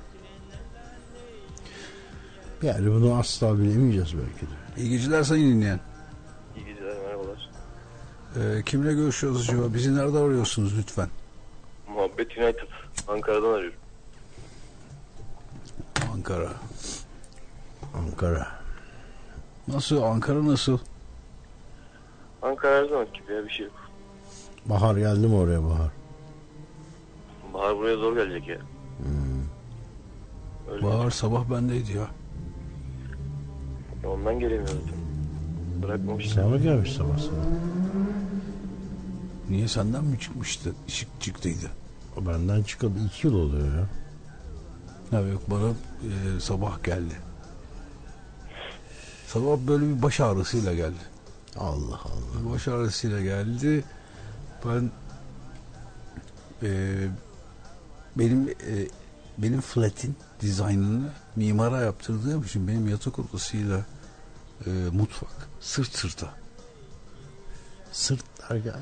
Yani bunu asla bilemeyeceğiz belki de. İyi geceler sayın dinleyen. İyi geceler, merhabalar. E, kimle görüşüyoruz acaba? Bizi nerede arıyorsunuz lütfen? Muhabbet United. Ankara'dan arıyorum. Ankara. Ankara. Nasıl? Ankara nasıl? Ankara her zaman gibi ya, bir şey yok. Bahar geldi mi oraya Bahar? Bahar buraya zor gelecek ya. Hmm. Öyle. Bahar sabah bendeydi ya. Ya ondan gelemiyor zaten. Bırakmamış. Sana mı gelmiş sabah sabah? Niye senden mi çıkmıştı? Çık, çıktıydı. O benden çıkalı iki yıl oluyor ya. Ha yok bana e, sabah geldi. Sabah böyle bir baş ağrısıyla geldi. Allah Allah. Baş ağrısıyla geldi. Ben e, benim e, benim flat'in dizaynını mimara yaptırdığım için benim yatak odasıyla e, mutfak sırt sırta. Sırt derken?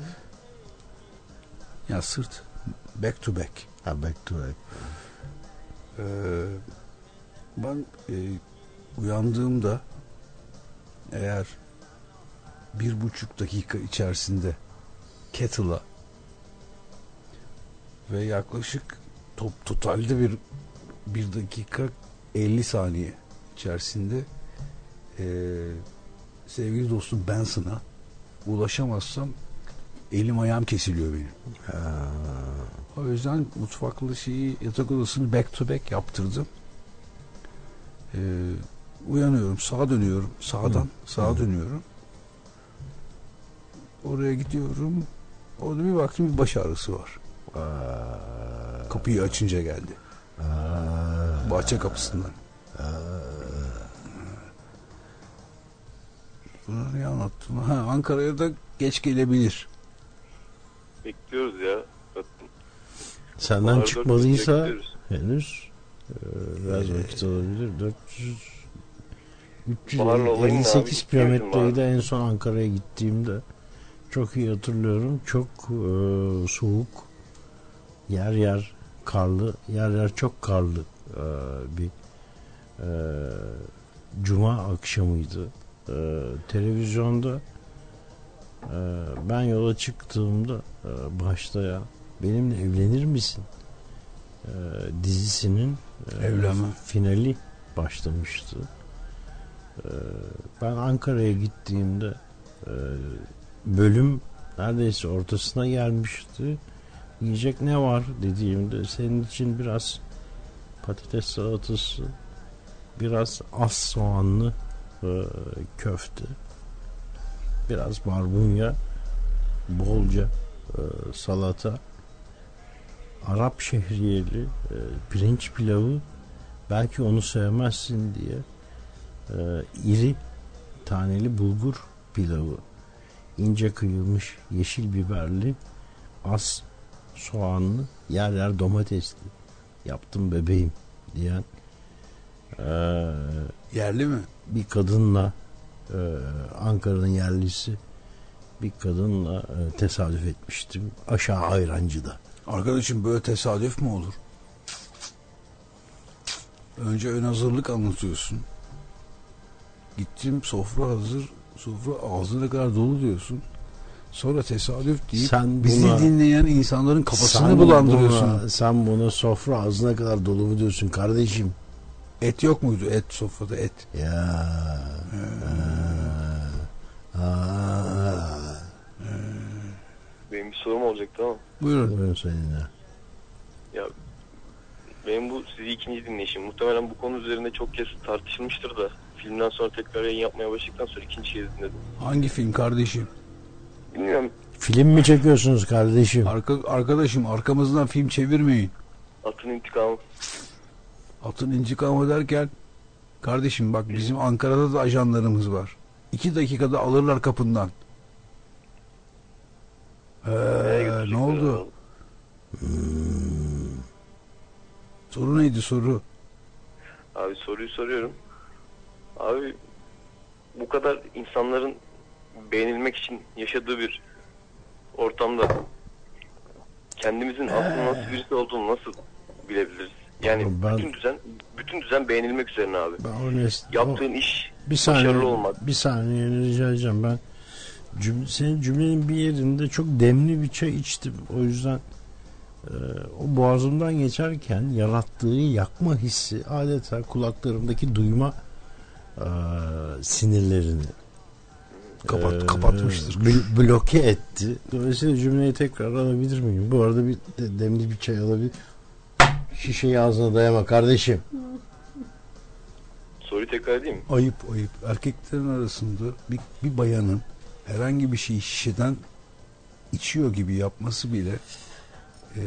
Ya sırt back to back. Ha, back to back. Ee, ben e, uyandığımda eğer bir buçuk dakika içerisinde kettle'a ve yaklaşık top, totalde bir bir dakika elli saniye içerisinde e, sevgili dostum Benson'a ulaşamazsam elim ayağım kesiliyor benim. Ha. O yüzden mutfaklı şeyi yatak odasını back to back yaptırdım. Ee, uyanıyorum, sağa dönüyorum, sağdan Hı. sağa Hı. dönüyorum. Oraya gidiyorum. Orada bir baktım bir baş ağrısı var. Kapıyı açınca geldi. Bahçe kapısından. Bunu niye anlattım? Ha, Ankara'ya da geç gelebilir. Bekliyoruz ya. Senden Baharda çıkmadıysa bekliyoruz. henüz e, biraz vakit olabilir. dört yüz Baharla olayım üç yüz elli sekiz abi, kilometreyi de baharda. en son Ankara'ya gittiğimde çok iyi hatırlıyorum. Çok e, soğuk, yer yer karlı, yer yer çok karlı e, bir e, cuma akşamıydı. E, televizyonda e, ben yola çıktığımda e, başta ya benimle evlenir misin e, dizisinin e, Evlenme. finali başlamıştı. E, ben Ankara'ya gittiğimde e, bölüm neredeyse ortasına gelmişti. Yiyecek ne var dediğimde senin için biraz patates salatası, biraz az soğanlı e, köfte, biraz barbunya, bolca e, salata, Arap şehriyeli e, pirinç pilavı, belki onu sevmezsin diye e, iri taneli bulgur pilavı, ince kıyılmış yeşil biberli, az soğanlı, yer yer domatesli yaptım bebeğim diyen e, Yerli mi? bir kadınla e, Ankara'nın yerlisi bir kadınla e, tesadüf etmiştim aşağı Ayrancı'da. Arkadaşım böyle tesadüf mü olur? Önce ön hazırlık anlatıyorsun. Gittim sofra hazır. Sofra ağzına kadar dolu diyorsun. Sonra tesadüf deyip Sen bizi buna- dinleyen insanların kafasını Sen bulandırıyorsun. buna- sen buna sofra ağzına kadar dolu mu diyorsun kardeşim? Et yok muydu? Et sofrada et. Ya. Aa. Aa. Benim bir sorum olacaktı ama. Buyurun. Buyurun seninle. Ya benim bu sizi ikinci dinleyişim. Muhtemelen bu konu üzerinde çok kez tartışılmıştır da filmden sonra tekrar yayın yapmaya başladıktan sonra ikinci kez dinledim. Hangi film kardeşim? Bilmiyorum. Film mi çekiyorsunuz kardeşim? Arka, arkadaşım arkamızdan film çevirmeyin. Atın intikamı. Atın intikamı derken kardeşim bak bizim Ankara'da da ajanlarımız var. İki dakikada alırlar kapından. Ee, Nereye götürecekler ne oldu? abi? Soru neydi soru? Abi soruyu soruyorum. Abi bu kadar insanların beğenilmek için yaşadığı bir ortamda kendimizin aslında nasıl birisi olduğunu nasıl bilebiliriz? Yani Ben- bütün düzen bütün düzen beğenilmek üzerine abi. Ben honest, Yaptığın iş bir saniye, başarılı olmak. bir saniye rica edeceğim. Ben cüm, senin cümlenin bir yerinde çok demli bir çay içtim. O yüzden e, o boğazımdan geçerken yarattığı yakma hissi adeta kulaklarımdaki duyma e, sinirlerini Kapat, e, kapatmıştır. bl- bloke etti. Dolayısıyla cümleyi tekrar alabilir miyim? Bu arada bir de, demli bir çay alabilir. Şişeyi ağzına dayama kardeşim. Soruyu tekrar edeyim mi? Ayıp ayıp. Erkeklerin arasında bir, bir bayanın herhangi bir şeyi şişeden içiyor gibi yapması bile ee...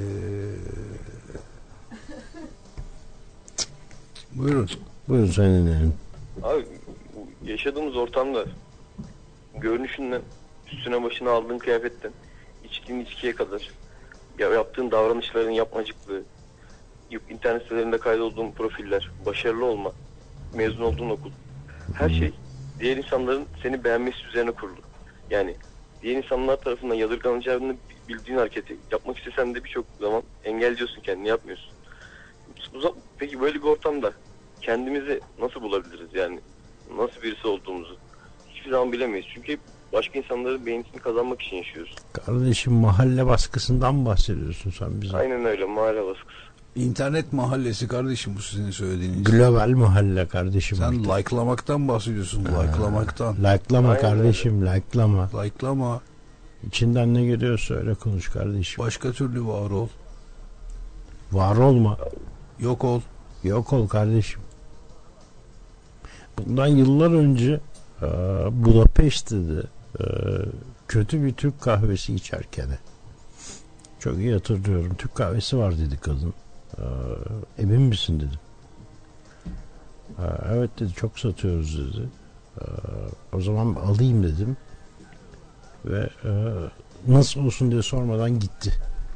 buyurun. Buyurun senin dinleyelim. Abi bu yaşadığımız ortamda görünüşünden, üstüne başına aldığın kıyafetten, içtiğin içkiye kadar ya yaptığın davranışların yapmacıklığı, internet sitelerinde kaydolduğun profiller, başarılı olma, mezun olduğun okul, her şey diğer insanların seni beğenmesi üzerine kurulu. Yani diğer insanlar tarafından yadırganacağını bildiğin hareketi yapmak istesen de birçok zaman engelliyorsun, kendini yapmıyorsun. Peki böyle bir ortamda kendimizi nasıl bulabiliriz? Yani nasıl birisi olduğumuzu hiçbir zaman bilemeyiz. Çünkü başka insanların beğenisini kazanmak için yaşıyoruz. Kardeşim mahalle baskısından bahsediyorsun sen bize. Aynen öyle, mahalle baskısı. İnternet mahallesi kardeşim bu sizin söylediğiniz. Global mahalle kardeşim. Sen artık. likelamaktan bahsediyorsun. Likelamaktan. Like'lama Aynen kardeşim, like'lama. Likelama. İçinden ne geliyorsa öyle konuş kardeşim. Başka türlü var ol. Var olma. Yok ol. Yok ol kardeşim. Bundan yıllar önce e, Budapeşte'de e, kötü bir Türk kahvesi içerken Çok iyi hatırlıyorum. Türk kahvesi var dedi kadın. Ee, emin misin dedim. Ee, evet dedi, çok satıyoruz dedi. Ee, o zaman alayım dedim. Ve e, nasıl olsun diye sormadan gitti.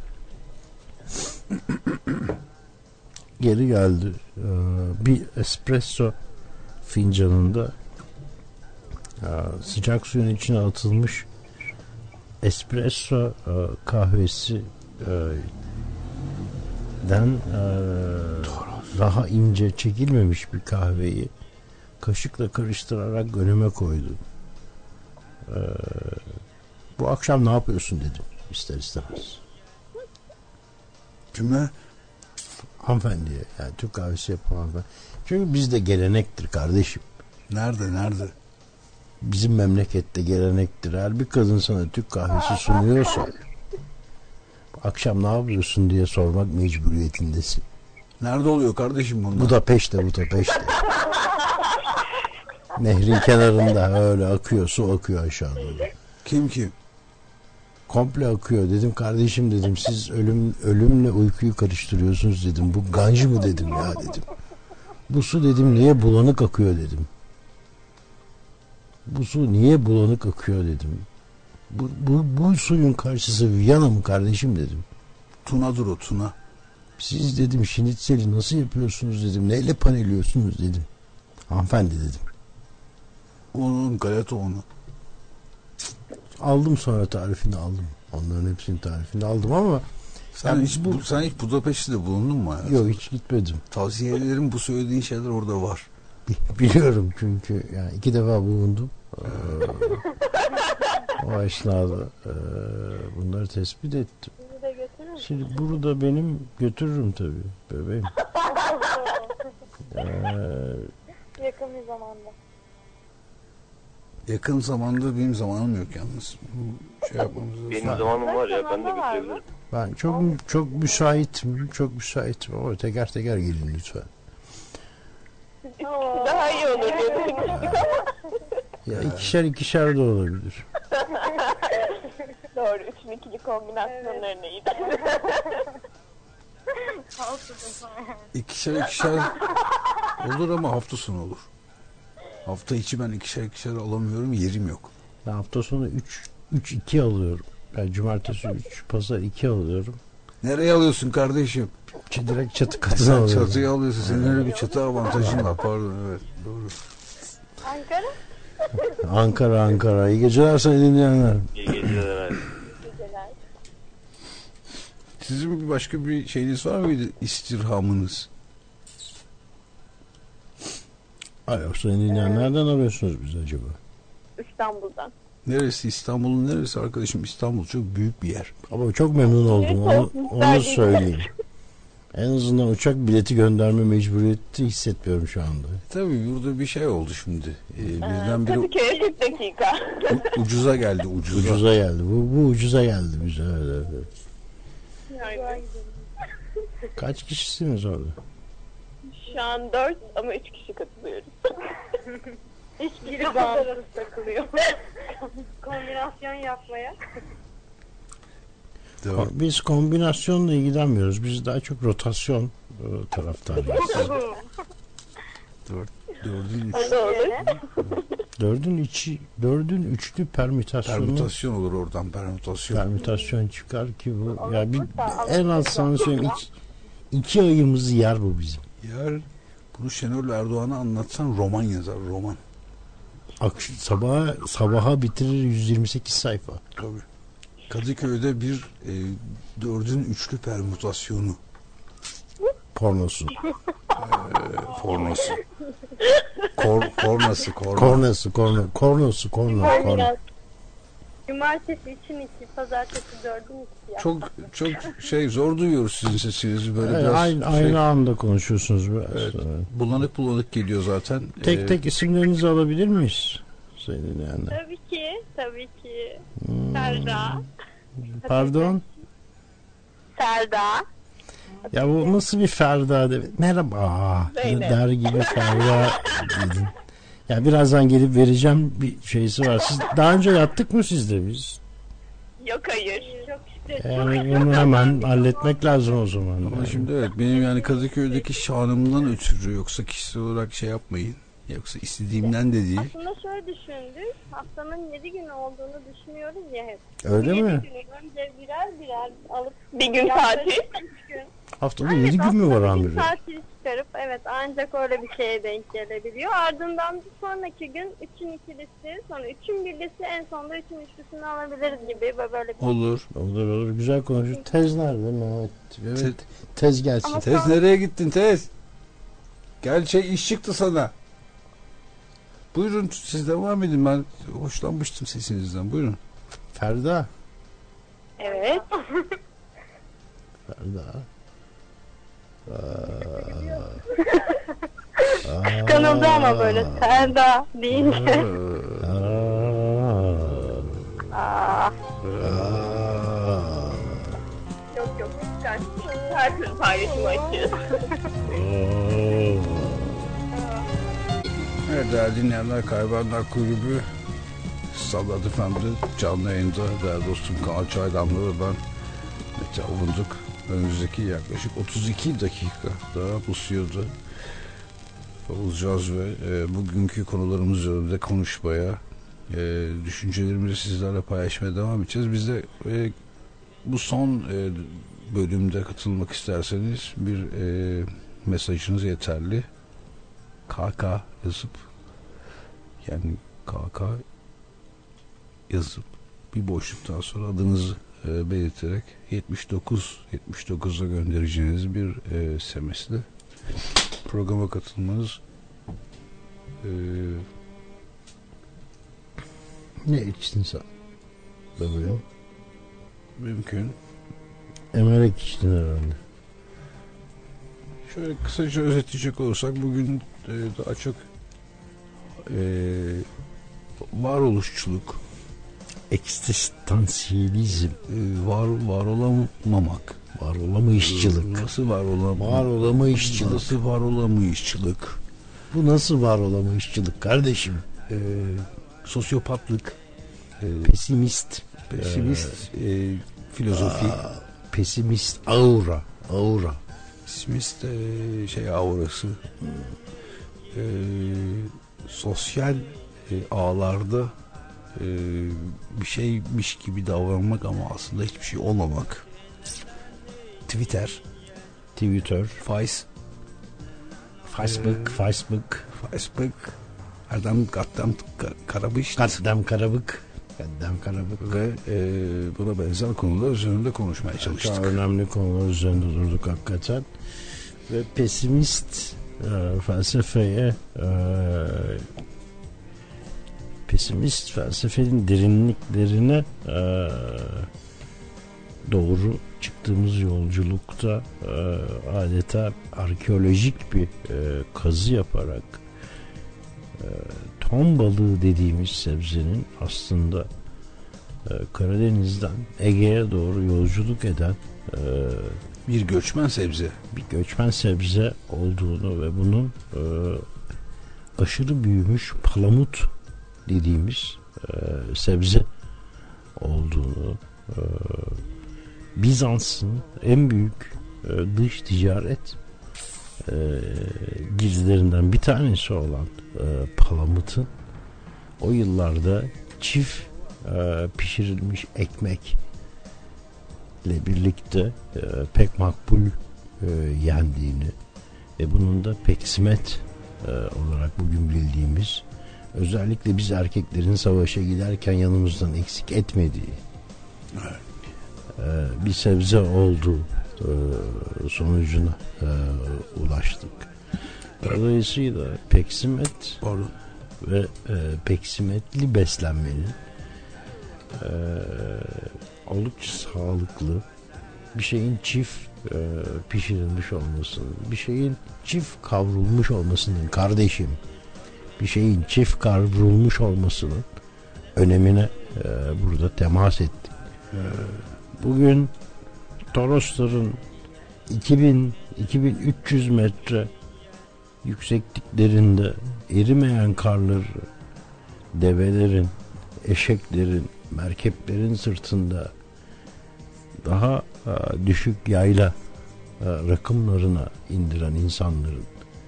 Geri geldi. Ee, bir espresso fincanında e, sıcak suyun içine atılmış espresso e, kahvesi e, den e, daha ince çekilmemiş bir kahveyi kaşıkla karıştırarak önüme koydu. E, bu akşam ne yapıyorsun dedim ister istemez. Kime? Hanımefendiye, yani Türk kahvesi yapan hanımefendi. Çünkü bizde gelenektir kardeşim. Nerede nerede? Bizim memlekette gelenektir. Eğer bir kadın sana Türk kahvesi sunuyorsa akşam ne yapıyorsun diye sormak mecburiyetindesin. Nerede oluyor kardeşim bunlar? Budapeşte, Budapeşte. Nehrin kenarında öyle akıyor, su akıyor aşağıda. Kim kim? Komple akıyor. Dedim kardeşim dedim, siz ölüm ölümle uykuyu karıştırıyorsunuz dedim. Bu ganj mı dedim ya dedim. Bu su dedim niye bulanık akıyor dedim. Bu su niye bulanık akıyor dedim. Bu, bu, bu suyun karşısı Viyana mı kardeşim dedim. Tuna'dır o, Tuna. Siz dedim şinitzeli nasıl yapıyorsunuz dedim. Neyle paneliyorsunuz dedim. Hanımefendi dedim. Onun galeta onu. Aldım sonra tarifini aldım. Onların hepsinin tarifini aldım ama Sen yani hiç bu, sen hiç Budapeşte'de bulundun mu hayatım? yok, hiç gitmedim. Tavsiye ederim, bu söylediğin şeyler orada var. Biliyorum çünkü yani iki defa bulundum. Ee, o esnada e, bunları tespit ettim. Bizi de götürür müsün? Şimdi burada benim götürürüm tabii bebeğim. Ee, Yakın bir zamanda. Yakın zamanda benim zamanım yok yalnız. Bu şey yapmamız lazım. Benim zamanım var ya, ben de götürebilirim. ben çok çok müsaitim, çok müsaitim ama teker teker gelin lütfen. Daha iyi olur diye düşünmüştük ama. Ya ikişer ikişer de olabilir. Doğru, üçlü ikili kombinasyonlarını iyi. İkişer ikişer olur ama hafta sonu olur. Hafta içi ben ikişer ikişer alamıyorum, yerim yok. Ben hafta sonu üç üç iki alıyorum. Ben cumartesi üç, pazar iki alıyorum. Nereye alıyorsun kardeşim? Ç- Direkt çatı katına Sen alıyorum. çatıya alıyorsun. Senin öyle bir çatı avantajın var. Pardon, evet. Doğru. Ankara? Ankara, Ankara. İyi geceler sayın dinleyenler. İyi geceler. Geceler. Sizin bir başka bir şeyiniz var mıydı? İstirhamınız. Alo sayın dinleyenler, nereden arıyorsunuz biz acaba? İstanbul'dan. Neresi? İstanbul'un neresi arkadaşım? İstanbul çok büyük bir yer. Ama çok memnun oldum. Onu, onu söyleyeyim. En azından uçak bileti gönderme mecburiyeti hissetmiyorum şu anda. Tabii burada bir şey oldu şimdi. Ee, birdenbire Kadıköy'e kırk dakika. u- ucuza geldi. Ucuza. Ucuza geldi. Bu, bu ucuza geldi bize. Evet, evet. Yani Kaç kişisiniz orada? şu an dört ama üç kişi katılıyoruz. Hiçbiri bağımsız takılıyor. Kombinasyon yapmaya. Doğru. Biz kombinasyonla ilgilenmiyoruz. Biz daha çok rotasyon e, taraftarıyız. Dört, dördün üç. O da olur. Dördün içi, dördün üçlü permütasyonu Permütasyon olur oradan, permütasyon. permütasyon çıkar ki bu. Ya bir, en az sana söyleyeyim iki, iki ayımızı yer bu bizim. Yer, bunu Şenol Erdoğan'a anlatsan roman yazar, roman. Akş sabaha, sabaha bitirir yüz yirmi sekiz sayfa. Tabii. Kadıköy'de bir e, dördün üçlü permütasyonu. Pornosu. E, pornosu. Kor, kornası, korna. Kornası, korno, kornosu, korno, korno. Cumartesi için iki, pazartesi dördün iki ya. Çok çok şey zor duyuyoruz sizin sesinizi böyle Evet, biraz aynı, şey, aynı anda konuşuyorsunuz biraz. Evet. Evet. bulanık bulanık geliyor zaten. Tek Ee, tek isimlerinizi alabilir miyiz? Sayın dinleyenler. Tabii ki, tabii ki. Hmm, Serda. pardon. Serda. Ya bu nasıl bir Ferda? de- Merhaba. Zeynep. Der gibi Ferda. dedin. Ya birazdan gelip vereceğim bir şeysi var. Siz daha önce yattık mı sizde biz? Yok hayır. Çok Yani bunu hemen halletmek lazım o zaman. Ama Yani. şimdi evet benim yani Kadıköy'deki şanımdan ötürü, yoksa kişisel olarak şey yapmayın. Yoksa istediğimden de değil. Aslında şöyle düşündük. Haftanın yedi günü olduğunu düşünüyoruz ya hep. Öyle yedi mi? günü önce birer birer alıp Bir gün tatil. üç gün. Haftada Evet, yedi gün mü var haftada bir amirim? tatil çıkarıp evet ancak öyle bir şeye denk gelebiliyor. Ardından bir sonraki gün üçün ikilisi, sonra üçün birlisi, en sonunda üçün üçlüsünü alabiliriz gibi ve böyle bir Olur. Olur olur, güzel konuşuyor. Tez nerede Mehmet? Evet. Tez gelsin. Ama- Tez nereye gittin Tez? Gel şey iş çıktı sana. Buyurun siz devam edin, ben hoşlanmıştım sesinizden, buyurun. Ferda. evet. Ferda. Kıskanıldı ama böyle Serda deyince. Aa, Yok yok. Her, her türlü paylaşımı açıyoruz. Evet değerli dinleyenler, Kaybedenler Kulübü Standart F M'de canlı yayında değerli dostum Kaan Çaydanlı ve ben Mete Avunduk. Önümüzdeki yaklaşık otuz iki dakika daha bu stüdyoda olacağız ve e, bugünkü konularımız üzerinde konuşmaya, e, düşüncelerimizi sizlerle paylaşmaya devam edeceğiz. Biz de e, bu son e, bölümde katılmak isterseniz bir e, mesajınız yeterli. K K yazıp, yani K K yazıp bir boşluktan sonra adınızı e, belirterek yetmiş dokuz yetmiş dokuza göndereceğiniz bir e, S M S'le programa katılmanız e, Ne içtin sen? Bebeğim. mümkün. Emerek içtin herhalde. Şöyle kısaca özetleyecek olursak bugün e, daha çok e, varoluşçuluk, Eksistansiyelizm. e, var var olamamak, Var olamayışçılık. nasıl var olamamak, Var olamayışçılık. nasıl var olamayışçılık, Bu nasıl var olamayışçılık kardeşim? e, sosyopatlık, e, Pesimist. pesimist e, filozofi, Pesimist aura. Aura. pesimist e, şey aurası, e, sosyal e, ağlarda e, bir şeymiş gibi davranmak ama aslında hiçbir şey olmamak. Twitter, Twitter. Face, Facebook. Facebook. Facebook, Erdem Gaddam Karabışt Kaddam Karabık. Kaddam Karabık. ve e, buna benzer konular üzerinde konuşmaya çalıştık. Çok önemli konular üzerinde durduk hakikaten. Ve pesimist e, felsefeye e, pesimist felsefenin derinliklerine e, doğru çıktığımız yolculukta e, adeta arkeolojik bir e, kazı yaparak e, ton balığı dediğimiz sebzenin aslında e, Karadeniz'den Ege'ye doğru yolculuk eden e, Bir göçmen sebze. bir göçmen sebze olduğunu ve bunun e, aşırı büyümüş palamut dediğimiz e, sebze olduğunu, e, Bizans'ın en büyük e, dış ticaret e, girdilerinden bir tanesi olan e, palamutun o yıllarda çift e, pişirilmiş ekmek ile birlikte e, pek makbul e, yendiğini ve bunun da peksimet e, olarak bugün bildiğimiz, özellikle biz erkeklerin savaşa giderken yanımızdan eksik etmediği e, bir sebze olduğu e, sonucuna e, ulaştık. Dolayısıyla peksimet Pardon. ve e, peksimetli beslenmenin e, oldukça sağlıklı, bir şeyin çift e, pişirilmiş olmasının, bir şeyin çift kavrulmuş olmasının kardeşim, bir şeyin çift kavrulmuş olmasının önemine e, burada temas ettik. E, bugün Torosların iki bin iki bin üç yüz metre yüksekliklerinde erimeyen karları develerin, eşeklerin, merkeplerin sırtında daha e, düşük yayla e, rakımlarına indiren insanların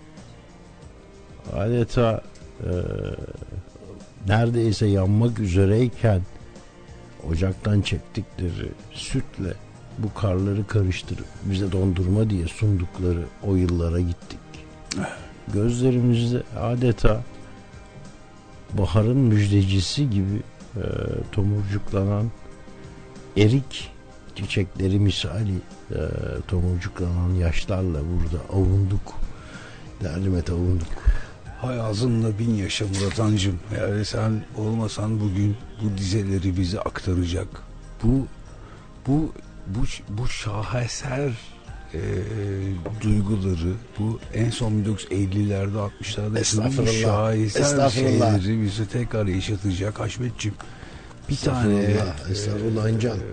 adeta e, neredeyse yanmak üzereyken ocaktan çektikleri sütle bu karları karıştırıp bize dondurma diye sundukları o yıllara gittik. Gözlerimizde adeta baharın müjdecisi gibi e, tomurcuklanan erik çiçekleri misali e, tomurcuklanan yaşlarla burada avunduk. Derdime avunduk. Hay ağzınla bin yaşa Muratancığım. Yani sen olmasan bugün bu dizeleri bize aktaracak. Bu bu bu bu şaheser e, duyguları, bu en son bin dokuz yüz ellilerde altmışlarda bu şaheser şeyleri bize tekrar yaşatacak Haşmetciğim. Bir tane Estağfurullah İncan. E,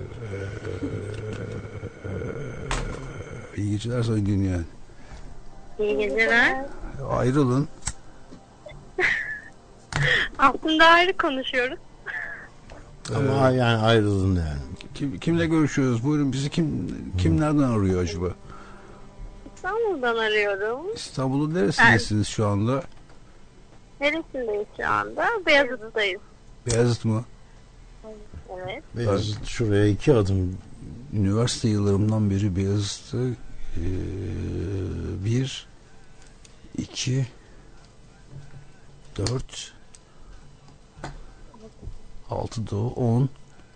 e, iyi geceler sayın dinleyen. İyi geceler. Ayrılın. Aslında ayrı konuşuyoruz. Ama ee, yani ayrılın yani. Kim, kimle görüşüyoruz? Buyurun, bizi kim kimlerden arıyor acaba? İstanbul'dan arıyorum. İstanbul'un neresindesiniz evet. şu anda? Neresindeyiz şu anda? Beyazıt'tayız. Beyazıt mı? Evet. Beyazıt şuraya iki adım. Üniversite yıllarımdan beri Beyazıt'ta ee, bir, iki, dört, altı da on,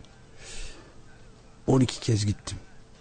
on iki kez gittim.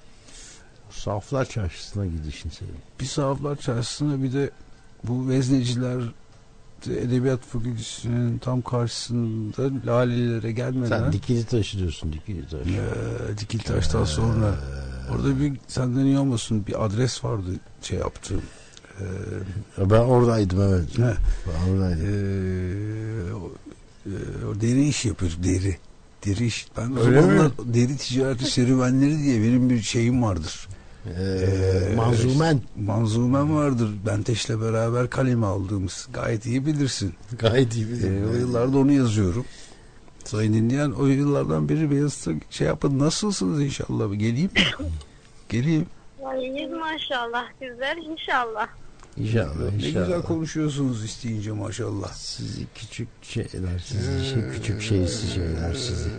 Saflar Çarşısı'na gidişin senin. Bir Saflar Çarşısı'na, bir de bu Vezneciler Edebiyat Fakültesi'nin tam karşısında Lalelilere gelmeden. Sen Dikilitaş diyorsun, Dikilitaş. Ee, Dikilitaş'tan ee, sonra orada bir, senden iyi olmasın, bir adres vardı şey yaptığım. Ee, ben oradaydım evet. He. Ben oradaydım. Ee, o, e, o deri iş yapıyorduk, deri. Deri iş. Ben o zamanlar deri ticareti serüvenleri diye benim bir şeyim vardır. Ee, ee, manzumen. Manzumen vardır. Benteş'le beraber kaleme aldığımız. Gayet iyi bilirsin. Gayet iyi bilirsin. Ee, o yıllarda onu yazıyorum. Sayın dinleyen, o yıllardan beri Beyazıt'a şey yapın. Nasılsınız inşallah? Geleyim. Geleyim. İyiyiz maşallah. Güzel inşallah. İnşallah, ne inşallah. güzel konuşuyorsunuz isteyince maşallah. Sizi küçük şeyler, sizi şey, küçük şeysi şeyler sizi.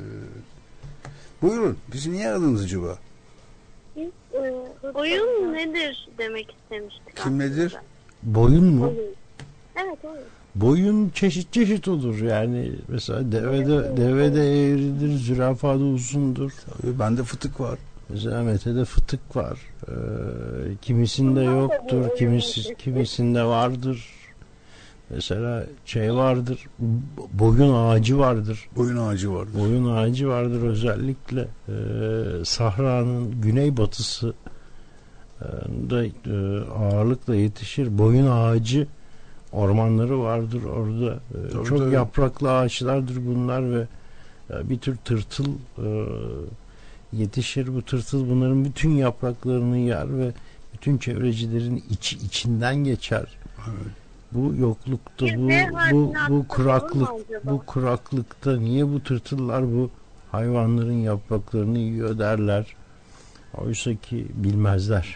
Buyurun. Bizi niye aradınız acaba? Biz, e, oyun nedir demek istemiştik. Kim aslında. nedir? Boyun mu? Oyun. Evet, oyun. Boyun çeşit çeşit olur yani. Mesela devede devede eğridir, zürafada uzundur. Tabii, bende fıtık var. Mesela Mete'de fıtık var. Ee, kimisinde yoktur, kimisi, kimisinde vardır. Mesela şey vardır, boyun ağacı vardır. Boyun ağacı vardır. Boyun ağacı vardır özellikle. Ee, Sahra'nın güneybatısı e, da e, ağırlıkla yetişir. Boyun ağacı ormanları vardır orada. Ee, tabii, çok tabii. yapraklı ağaçlardır bunlar ve e, bir tür tırtıl e, yetişir. Bu tırtıl bunların bütün yapraklarını yer ve bütün çevrecilerin içi içinden geçer. Evet. Bu yoklukta, bu bu bu kuraklık, bu kuraklıkta niye bu tırtıllar bu hayvanların yapraklarını yiyor derler. Oysa ki bilmezler.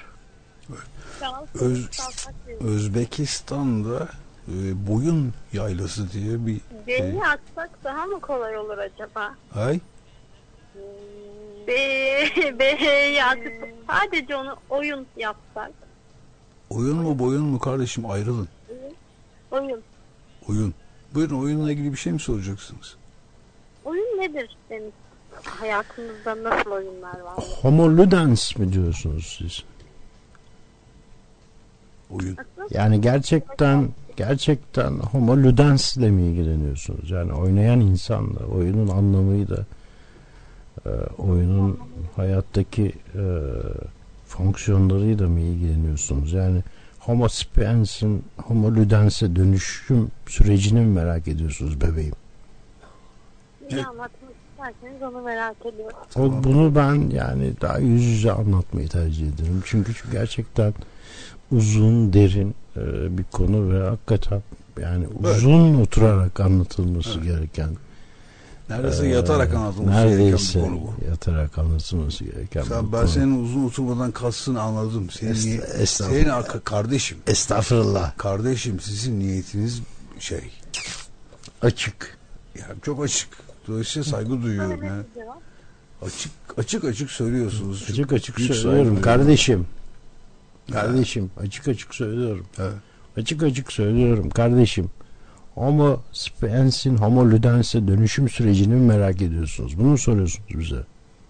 Öz, Özbekistan'da e, boyun yaylası diye bir B'yi e, atsak daha mı kolay olur acaba? Hay? B, B'yi atıp sadece onu oyun yapsak. Oyun mu boyun mu kardeşim, ayrılın. Oyun. Oyun. Buyurun, oyunla ilgili bir şey mi soracaksınız? Oyun nedir demiş. Hayatımızda nasıl oyunlar var? Homo ludens mi diyorsunuz siz? Oyun. Yani gerçekten gerçekten homo ludens ile mi ilgileniyorsunuz? Yani oynayan insanla, oyunun anlamıyla, e, oyunun hayattaki e, fonksiyonlarıyla mı ilgileniyorsunuz? Yani homo sapiens'in homo ludens'e dönüşüm sürecini mi merak ediyorsunuz bebeğim? Ne anlatmak isterseniz onu merak ediyorum. O, bunu ben yani daha yüz yüze anlatmayı tercih ederim. Çünkü, çünkü gerçekten uzun, derin e, bir konu ve hakikaten yani uzun evet. oturarak anlatılması evet. gereken Neredeyse Ee, yatarak anlatılması gereken Neredeyse bir konu bu. yatarak anlatılması gereken bir Sen, konu. ben senin uzun oturmadan kastını anladım. Senin, Est- niye- estağfurullah. senin arka- kardeşim. Estağfurullah. Kardeşim sizin niyetiniz şey. Açık. Yani çok açık. Dolayısıyla saygı duyuyorum yani. Cevap. Açık açık açık söylüyorsunuz. Açık açık Büyük saygı söylüyorum duyuyorum. kardeşim. Kardeşim açık açık söylüyorum. Evet. Açık açık söylüyorum kardeşim. Homo sapiens'in Homo ludens'e dönüşüm sürecini mi merak ediyorsunuz? Bunu mu soruyorsunuz bize?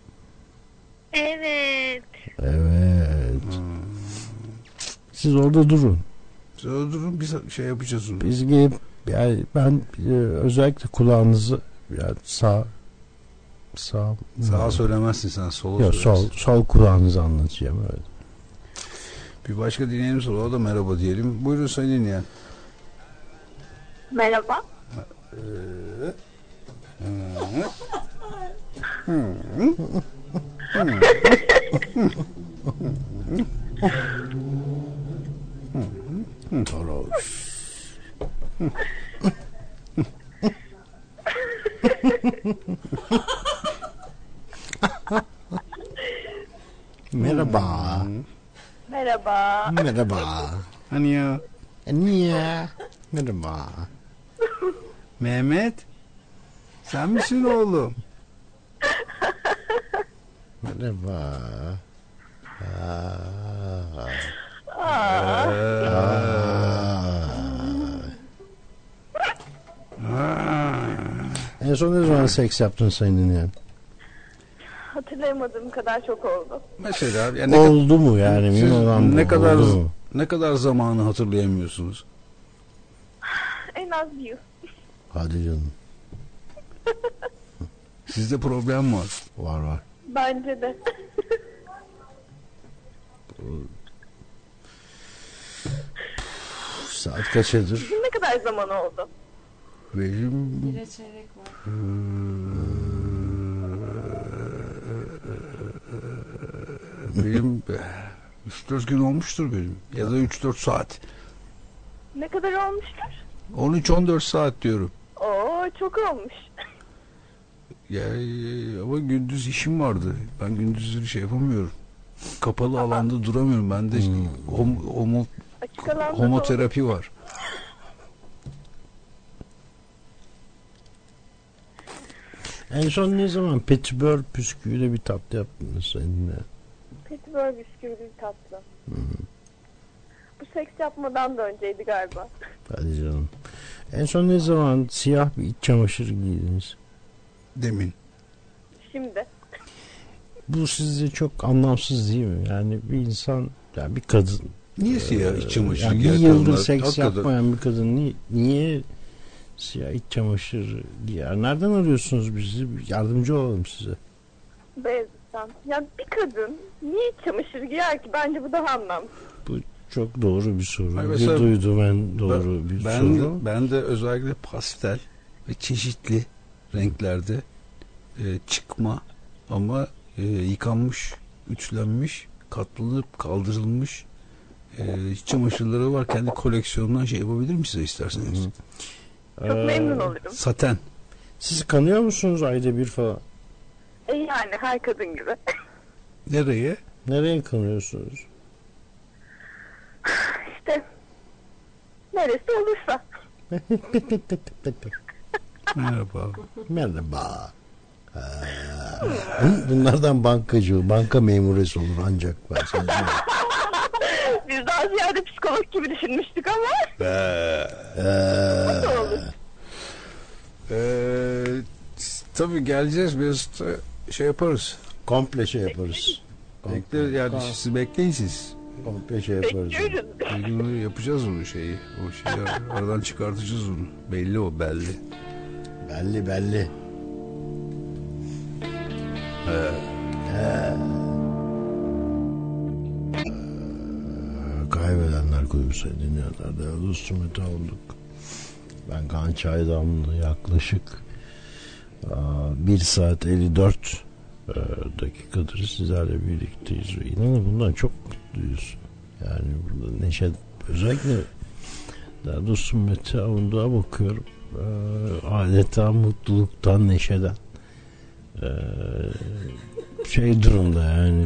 Evet. Evet. Hmm. Siz orada durun. Sonra durun biz şey yapacağız onu. Biz gelip yani ben e, özellikle kulağınızı yani sağ sağ Sağa söylemezsin sen, sola Yok, söylersin. sol sol kulağınızı anlatacağım öyle. Bir başka dinleyenimiz var. O da merhaba diyelim. Buyurun sayın dinleyen. Merhaba. Merhaba. Merhaba. Merhaba. Hani ya? Niye? Merhaba. Mehmet? Sen misin oğlum? Merhaba. Aa. Aa, En son ne zaman seks yaptın sayın dinleyen? hatırlayamadığım kadar çok oldu. Mesela yani ne, Oldu mu yani? Siz Mühim olan bu. ne kadar Oldu mu? ne kadar zamanı hatırlayamıyorsunuz? En az bir yıl. Hadi canım. Sizde problem var. Var var. Bence de. Saat kaçadır? Sizin ne kadar zaman oldu? Benim Bire çeyrek var. benim üç dört gün olmuştur benim. Ya da üç dört saat. Ne kadar olmuştur? on üç on dört saat diyorum. Oo, çok olmuş. Ya, ama gündüz işim vardı. Ben gündüzleri şey yapamıyorum. Kapalı alanda duramıyorum. Bende hom, homo, Açık alanda da homoterapi var. En son ne zaman petibör püsküviyle bir tatlı yaptınız seninle? petibör bisküvili tatlı. Bu seks yapmadan da önceydi galiba. Hadi canım. En son ne zaman siyah bir iç çamaşır giydiniz? Demin. Şimdi. Bu sizce çok anlamsız değil mi? Yani bir insan, yani bir kadın. Niye siyah iç çamaşırı Yani bir giyer yıldır kadınlar? seks Hakikaten. yapmayan bir kadın niye, niye siyah iç çamaşır giyer? Nereden arıyorsunuz bizi? Yardımcı olalım size. Beyazıt'tan. Ya bir kadın niye iç çamaşır giyer ki? Bence bu daha anlamsız. Bu çok doğru bir soru. Hayır, Bir mesela duydum ben doğru ben, bir ben, soru. ben de özellikle pastel ve çeşitli renklerde e, çıkma ama e, yıkanmış, ütülenmiş, katlanıp kaldırılmış e, iç çamaşırları var. Kendi koleksiyonundan şey yapabilirim size isterseniz. Hı. Çok Ee, memnun olurum. Saten. Siz kanıyor musunuz ayda bir falan? E yani her kadın gibi. Nereye? Nereye kanıyorsunuz? İşte neresi olursa. Merhaba. Merhaba. Ha. Bunlardan bankacı, banka memuresi olur ancak ben sana diyeyim. Biz daha ziyade psikolog gibi düşünmüştük ama. Ee, Nasıl olur? Ee, tabii geleceğiz biraz da şey yaparız. komple şey yaparız. Bekle, yani Kom- siz bekleyin siz. komple şey yaparız. Bekliyoruz. Bir gün yapacağız onu şeyi. O şeyi aradan çıkartacağız onu. Belli o belli. Belli belli. Ee, Kaybedenler Kulübü'nü dinliyorlar. Değerli dostum, Mete olduk. Ben Kaan Çaydamlı, yaklaşık aa, bir saat elli dört e, dakikadır sizlerle birlikteyiz. Ve inanın bundan çok mutluyuz. Yani burada neşe, özellikle değerli dostum Mete Avundu'ya bakıyorum. Ee, adeta mutluluktan, neşeden ee, şey durumda yani.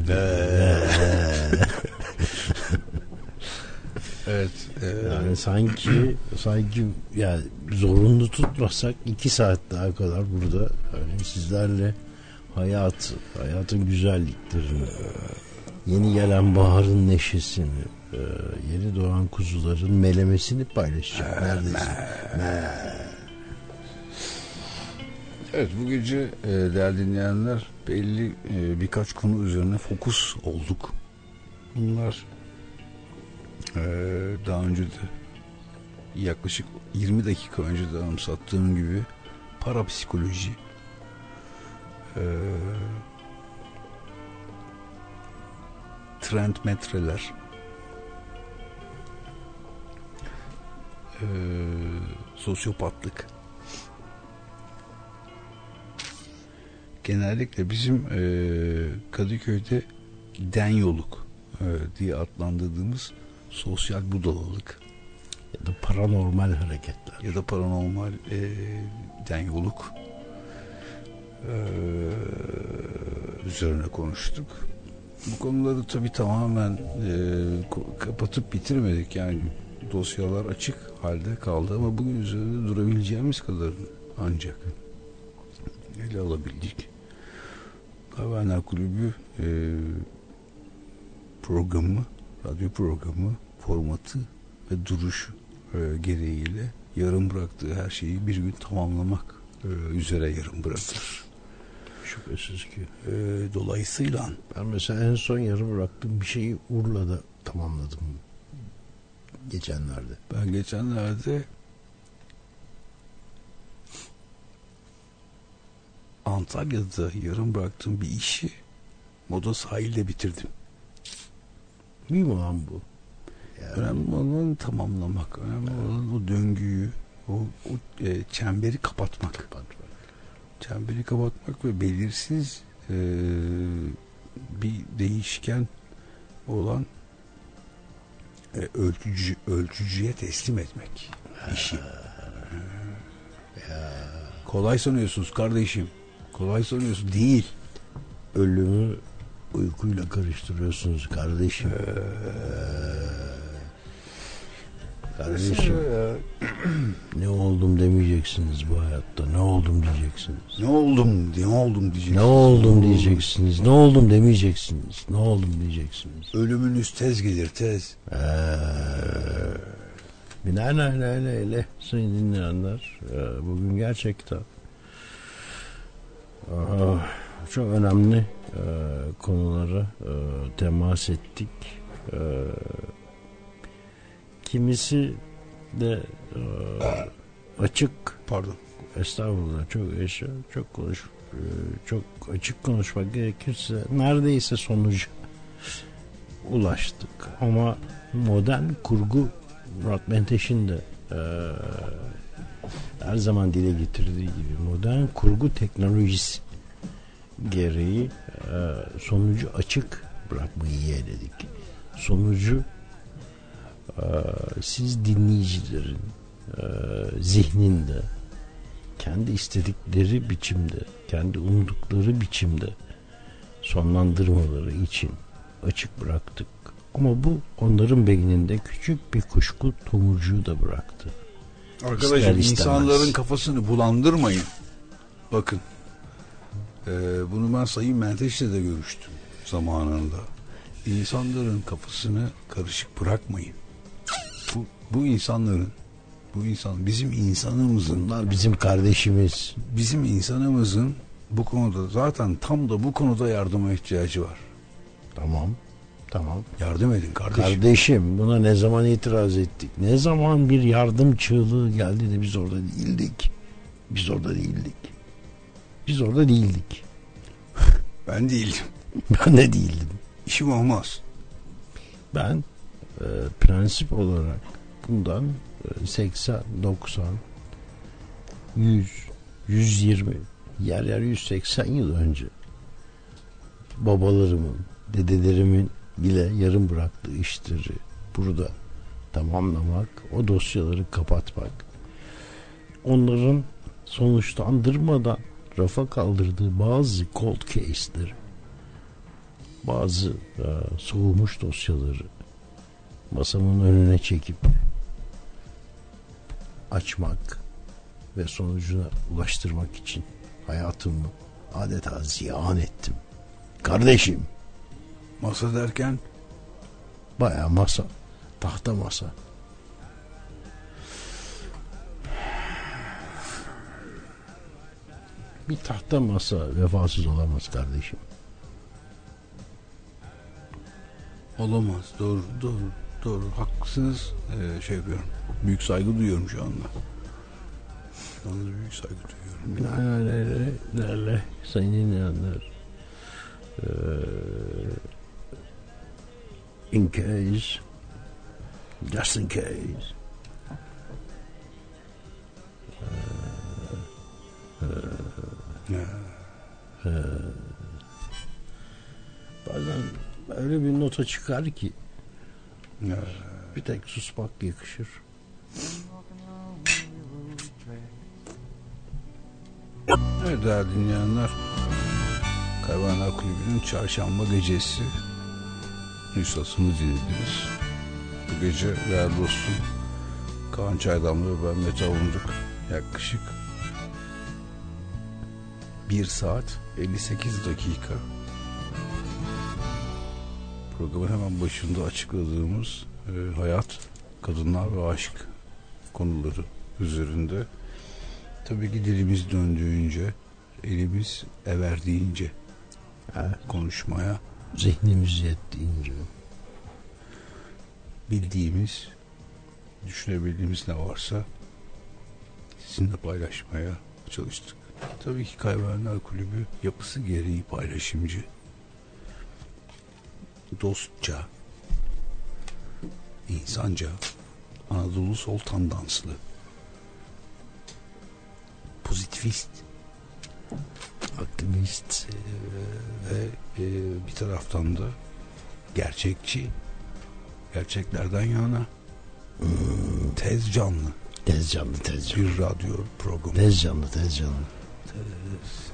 Evet. E, yani sanki sanki yani zorunlu tutmasak iki saat daha kadar burada yani sizlerle hayat, hayatın güzelliklerini, yeni gelen baharın neşesini, yeni doğan kuzuların melemesini paylaşacak neredeyse. Evet, bu gece e, değerli dinleyenler belli e, birkaç konu üzerine fokus olduk. Bunlar e, daha önce de yaklaşık yirmi dakika önce de anımsattığım gibi parapsikoloji, e, trend metreler, e, sosyopatlık. Genellikle bizim e, Kadıköy'de denyoluk e, diye adlandırdığımız sosyal budalalık ya da paranormal hareketler ya da paranormal e, denyoluk e, üzerine konuştuk. Bu konuları tabii tamamen e, kapatıp bitirmedik, yani dosyalar açık halde kaldı ama bugün üzerinde durabileceğimiz kadar ancak ele alabildik. Havana Kulübü e, programı, radyo programı formatı ve duruş e, gereğiyle yarım bıraktığı her şeyi bir gün tamamlamak e, üzere yarım bırakır. Şüphesiz ki. E, dolayısıyla ben mesela en son yarım bıraktığım bir şeyi Urla'da tamamladım geçenlerde. Ben geçenlerde Antalya'da yarım bıraktığım bir işi Moda Sahil'de bitirdim. Mühim olan bu. Yani önemli olan tamamlamak, önemli evet. olan o döngüyü, o, o e, çemberi kapatmak. kapatmak. Çemberi kapatmak ve belirsiz e, bir değişken olan e, ölçücü, ölçücüye teslim etmek işi. Ya. Kolay sanıyorsunuz kardeşim. Kolay sanıyorsun. Değil. Ölümü uykuyla karıştırıyorsunuz kardeşim. Ee, kardeşim. Ne oldum demeyeceksiniz bu hayatta. Ne oldum diyeceksiniz. Ne oldum, ne oldum diyeceksiniz. Ne oldum diyeceksiniz. Ne oldum demeyeceksiniz. Ne oldum diyeceksiniz. Ölümünüz tez gelir, tez. Ee, Binaenaleyh öyle sayın dinleyenler, bugün gerçekten çok önemli konulara temas ettik. Kimisi de açık, pardon, estağfurullah, çok yaşa, çok konuş, çok açık konuşmak gerekirse neredeyse sonuca ulaştık. Ama modern kurgu, Murat Menteş'in de e, her zaman dile getirdiği gibi modern kurgu teknolojisi gereği e, sonucu açık bırakmayı yeğledik. Sonucu e, siz dinleyicilerin e, zihninde kendi istedikleri biçimde, kendi umdukları biçimde sonlandırmaları için açık bıraktık. Ama bu onların beyninde küçük bir kuşku tomurcuğu da bıraktı. Arkadaşlar, insanların kafasını bulandırmayın. Bakın, e, bunu ben Sayın Menteş'le de görüştüm zamanında. İnsanların kafasını karışık bırakmayın. Bu, bu insanların, bu insan bizim insanımızın, bunlar bizim kardeşimiz. Bizim insanımızın bu konuda, zaten tam da bu konuda yardıma ihtiyacı var. Tamam. Tamam. Yardım edin kardeşim. Kardeşim, buna ne zaman itiraz ettik? Ne zaman bir yardım çığlığı geldi de biz orada değildik? Biz orada değildik. Biz orada değildik. Ben değildim. Ben de değildim. İşim olmaz. Ben e, prensip olarak bundan e, seksen, doksan, yüz, yüz yirmi, yer yer yüz seksen yıl önce babalarımın, dedelerimin bile yarım bıraktığı işleri burada tamamlamak, o dosyaları kapatmak, onların sonuçlandırmadan rafa kaldırdığı bazı cold case'leri, bazı e, soğumuş dosyaları masamın önüne çekip açmak ve sonucuna ulaştırmak için hayatımı adeta ziyan ettim. Kardeşim. Masa derken? Bayağı masa. Tahta masa. Bir tahta masa vefasız olamaz kardeşim. Olamaz. Doğru, doğru, doğru. Haklısınız. Ee, şey yapıyorum. Büyük saygı duyuyorum şu anda. Şu anda büyük saygı duyuyorum. Binaenaleyh sayın dinleyenler, ee, in case, just in case, ee, ee, ee, bazen öyle bir nota çıkar ki Ya. bir tek susmak yakışır. Evet değerli dinleyenler, Kaybedenler Kulübü'nün çarşamba gecesi nüshasını dinlediniz. Bu gece değerli dostum Kaan Çaydamlı ve ben Mete Avunduk yaklaşık bir saat elli sekiz dakika programın hemen başında açıkladığımız e, hayat, kadınlar ve aşk konuları üzerinde, tabii ki dilimiz döndüğünce, elimiz everdiğince Evet. konuşmaya, Zihnimiz yettiğince, bildiğimiz, düşünebildiğimiz ne varsa sizinle paylaşmaya çalıştık. Tabii ki Kaybedenler Kulübü yapısı gereği paylaşımcı, dostça, insanca, Anadolu sol tandanslı, pozitivist, aktivist e, ve e, bir taraftan da gerçekçi, gerçeklerden yana, hmm. tez canlı, tez canlı, tez canlı. bir radyo programı. Tez canlı, tez canlı. Tez.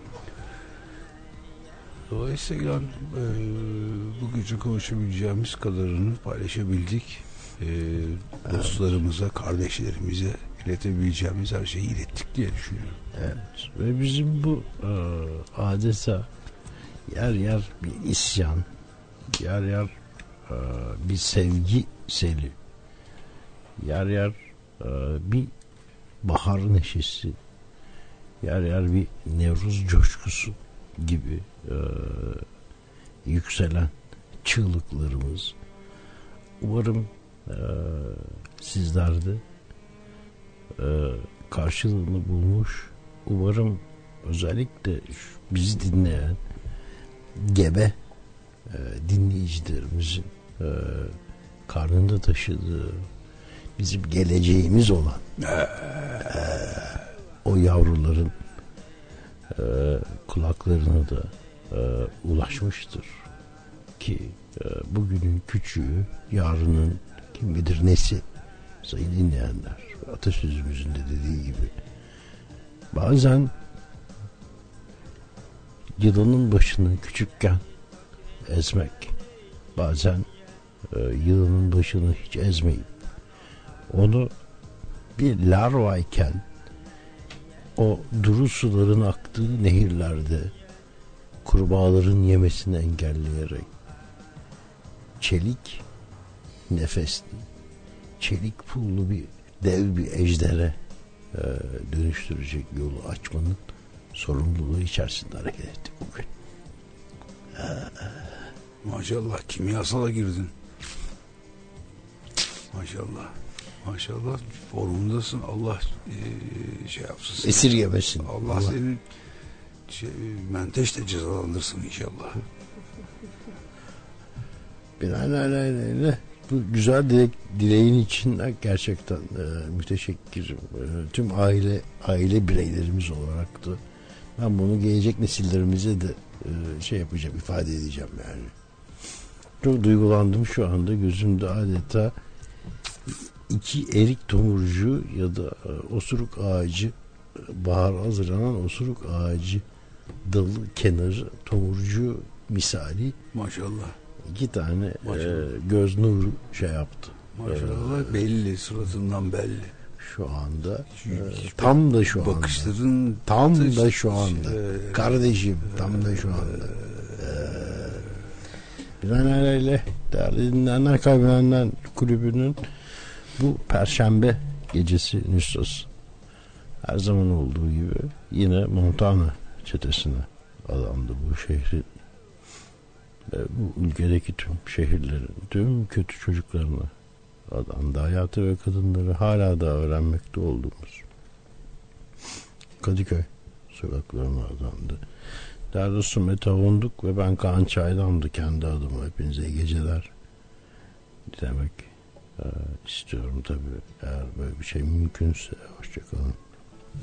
Dolayısıyla e, bu gece konuşabileceğimiz kadarını paylaşabildik. E, dostlarımıza, kardeşlerimize iletebileceğimiz her şeyi ilettik diye düşünüyorum. Evet. Ve bizim bu e, adeta yer yer bir isyan, yer yer e, bir sevgi seli, yer yer e, bir bahar neşesi, yer yer bir Nevruz coşkusu gibi e, yükselen çığlıklarımız. Umarım e, sizlerde e, karşılığını bulmuş. Umarım özellikle bizi dinleyen gebe e, dinleyicilerimizin e, karnında taşıdığı, bizim geleceğimiz olan e, o yavruların e, kulaklarına da e, ulaşmıştır ki e, bugünün küçüğü yarının kim bilir nesi, sayın dinleyenler. Atasözümüzün de dediği gibi bazen yılanın başını küçükken ezmek, bazen e, yılanın başını hiç ezmeyip onu bir larvayken o duru suların aktığı nehirlerde kurbağaların yemesini engelleyerek çelik nefesli, çelik pullu bir dev bir ejdere e, dönüştürecek yolu açmanın sorumluluğu içerisinde hareket ettik bugün. Maşallah kimyasala girdin. Maşallah. Maşallah formundasın. Allah e, şey yapsın. Esirgemesin. Allah, Allah seni şey, menteşle cezalandırsın inşallah. Binaenaleyh bu güzel dilek, dileğin için gerçekten e, müteşekkirim. E, tüm aile aile bireylerimiz olarak da ben bunu gelecek nesillerimize de e, şey yapacağım, ifade edeceğim yani. Çok duygulandım şu anda, gözümde adeta iki erik tomurcuğu ya da osuruk ağacı, bahar hazırlanan osuruk ağacı dalı kenarı tomurcuğu misali Maşallah. iki tane Maşallah. e, göz nuru şey yaptı. Maşallah ee, belli, suratından belli. Şu anda e, tam da şu anda. Bakışların tam da şu anda. E, Kardeşim tam da şu anda. E, Binaenaleyh değerli dinleyenler, Kaybedenler Kulübü'nün bu Perşembe gecesi nüshası her zaman olduğu gibi yine Montana çetesine adandı. Bu şehrin ve bu ülkedeki tüm şehirlerin, tüm kötü çocuklarına adandı. Hayatı ve kadınları hala da öğrenmekte olduğumuz Kadıköy sokaklarına adandı. Değerli dostum, Mete Avunduk ve ben Kaan Çaydan'dı kendi adıma. Hepinize iyi geceler dilemek e, istiyorum tabii. Eğer böyle bir şey mümkünse hoşçakalın.